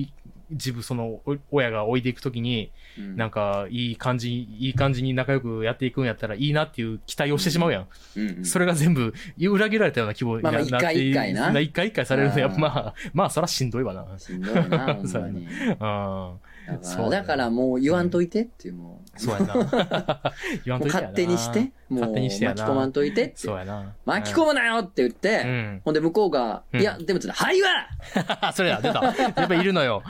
自分、その、親が置いていくときに、うん、なんか、いい感じ、いい感じに仲良くやっていくんやったらいいなっていう期待をしてしまうやん。うんうんうん、それが全部、裏切られたような気分になって、まあ、一回一回な。一回一回されると、やっぱまあ、まあ、そらしんどいわな。 しんどいな、ほんまに。うんだから、だからもう言わんといてっていうもう。そうやな。言わんといてやな。 勝手にして。もう巻き込まんといてって。 そうやな。 巻き込むなよって言って、うん、ほんで向こうが、いや、でもつな、はいわそれだ、出た。やっぱいるのよ。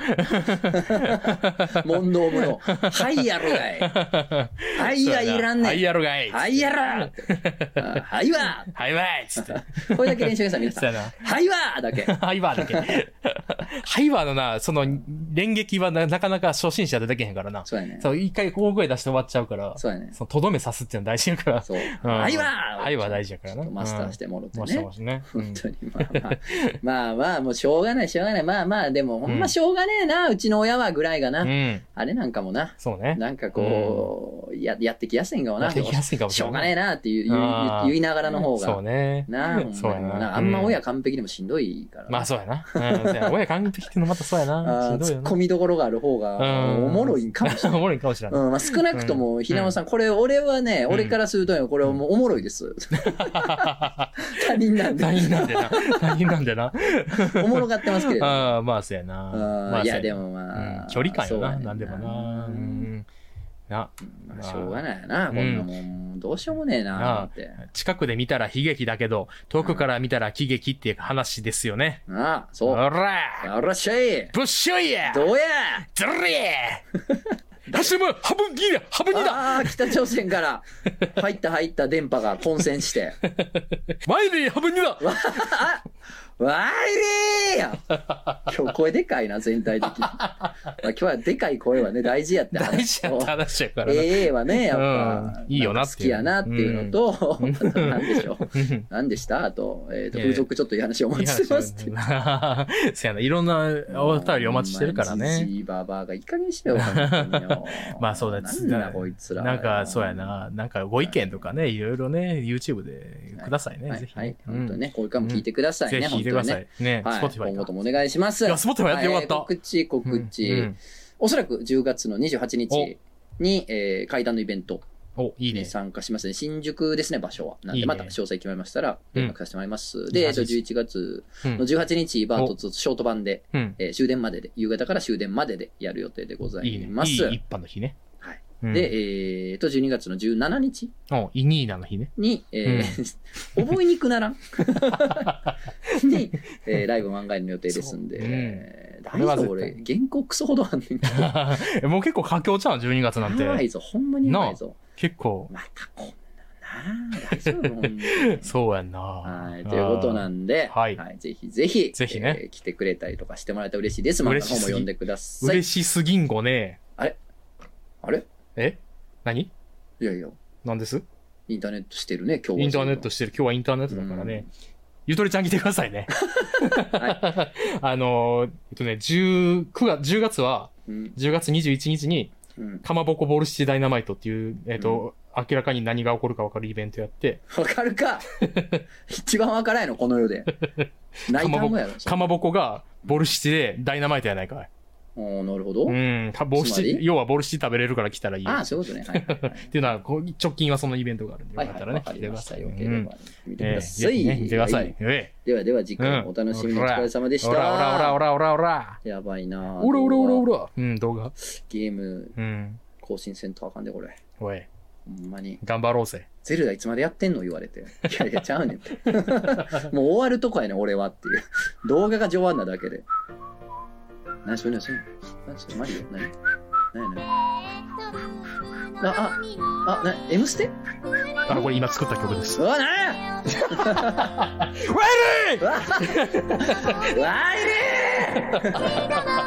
問答無の。はいやろがい。はいがいらんねん。 はいやろがい。 はいやろはいわはいわいつって。 これだけ練習した皆さん。はいわだけ。 はいわだけ。はいわのな、その、連撃はなかなか初心者でできへんからな。 そうやね。 そう、一回大声出して終わっちゃうから。 そうやね。 その、とどめ刺すっていうの大事やから。 そう。はいわはいわ大事やからな。 マスターしてもろてね。 もしもしね。 本当に。まあまあ。まあまあ、もうしょうがない、しょうがない。まあまあ、でも、ほんましょうがねえな、うちの親はぐらいがな。あれなんかもな。 そうね。 なんかこう、や、やってきやすいんかもな。 やってきやすいかもしょうがねえなって言いながらの方が。 そうね。 なあ、そうやな。あんま親完璧でもしんどいから。 まあそうやな。親完璧ってのまたそうやな。 ツッコミどころがある方が、おもろいんかもしれない。 おもろいかもしれない。 うん、まあ少なくとも、ひなのさん、これ、俺はね、俺からするとね、これはもうおもろいです。他人なんで。 他人なんでな。他人なんでな。 おもろがってますけれど。 ああ、まあそうやな。 いや、でもまあ。 距離感よな、なんでもな。な。 しょうがないな、こんなもん。どうしようもねえな、って。 近くで見たら悲劇だけど、遠くから見たら喜劇っていう話ですよね。 ああ、そう。 おらおらっしゃいぶっしょいやどうやずるりハシムハブニだハブニだああ、北朝鮮から入った入った電波が混戦して。 ワイリーハブニだワイリーや今日声でかいな、全体的に。まあ、今日はでかい声はね、大事やって話。大事やって話やからな。 ええはね、やっぱ、 いいよな好きやなっていうのと、なんでしょう。なんでしたあと、えっと、風俗ちょっっといい話をお待ちしてますって。 そやな、いろんなお便りお待ちしてるからね。 じじいばばがいい加減しろよ。 まあそうだ、 なんだこいつら。 なんかそうやな、なんかご意見とかね、いろいろね、YouTube でくださいね、ぜひ。 はい、本当ね、これからも聞いてくださいね。 ぜひ聞いてください。ね、 Spotify。今後ともお願いします。 いや、Spotify やってよかった。 告知、告知。おそらくじゅうがつのにじゅうはちにちに、えー、会談のイベントに参加しますね。新宿ですね、場所は。なんで、また詳細決まりましたら連絡させてもらいます。で、えっと、じゅういちがつのじゅうはちにち、バートツショート版で、え終電までで、夕方から終電まででやる予定でございます。 いい一般の日ね。 はい。で、えっと、じゅうにがつのじゅうしちにちイニーナの日ね。 に、えー、覚えにくならんに、えー、ライブ漫画の予定ですんで、大丈夫俺、原稿クソほどあんねんけど。もう結構佳境ちゃうん、じゅうにがつなんて。 やばいぞ、ほんまにやばいぞ。 結構。 またこんなな大丈夫ほんまに。 そうやんなはい、ということなんで、はい。ぜひぜひ、 ぜひね、 来てくれたりとかしてもらえたら嬉しいです。漫画の方も読んでください。 嬉しすぎんごね。 あれあれえ何いやいや。 何ですインターネットしてるね、今日は。 インターネットしてる。今日はインターネットだからね。ゆとりちゃん来てくださいね。はい、あの、えっとね、じゅうくがつ、じゅうがつは、じゅうがつにじゅういちにちに、かまぼこボルシチダイナマイトっていう、えっと、うん、明らかに何が起こるか分かるイベントやって。 わかるか一番わからんの、この世で。ない単語やろ。 かまぼこがボルシチでダイナマイトやないかい。 おなるほど。 うん。ボルシチ、要はボルシチ食べれるから来たらいい。 ああ、そういうことね。はいはい、はい。 っていうのは、直近はそのイベントがあるんで、よかったらね、 来てください。よければ見てください。 見てください。 ではでは、次回お楽しみにお疲れ様でした。 おらおらおらおらおらおら。 やばいなおらおらおらおら。うん、動画。 ゲーム、更新せんとあかんで、これ。 おい。 ほんまに。 頑張ろうぜ。 ゼルダいつまでやってんの言われて。いやいや、ちゃうねんって。もう終わるとこやねん、俺はっていう。動画が序盤なだけで。何それ何それ何それマリオ何何何あ、あ、あ、な、M ステあ、これ今作った曲です。 うわ、なやワイリーワイリー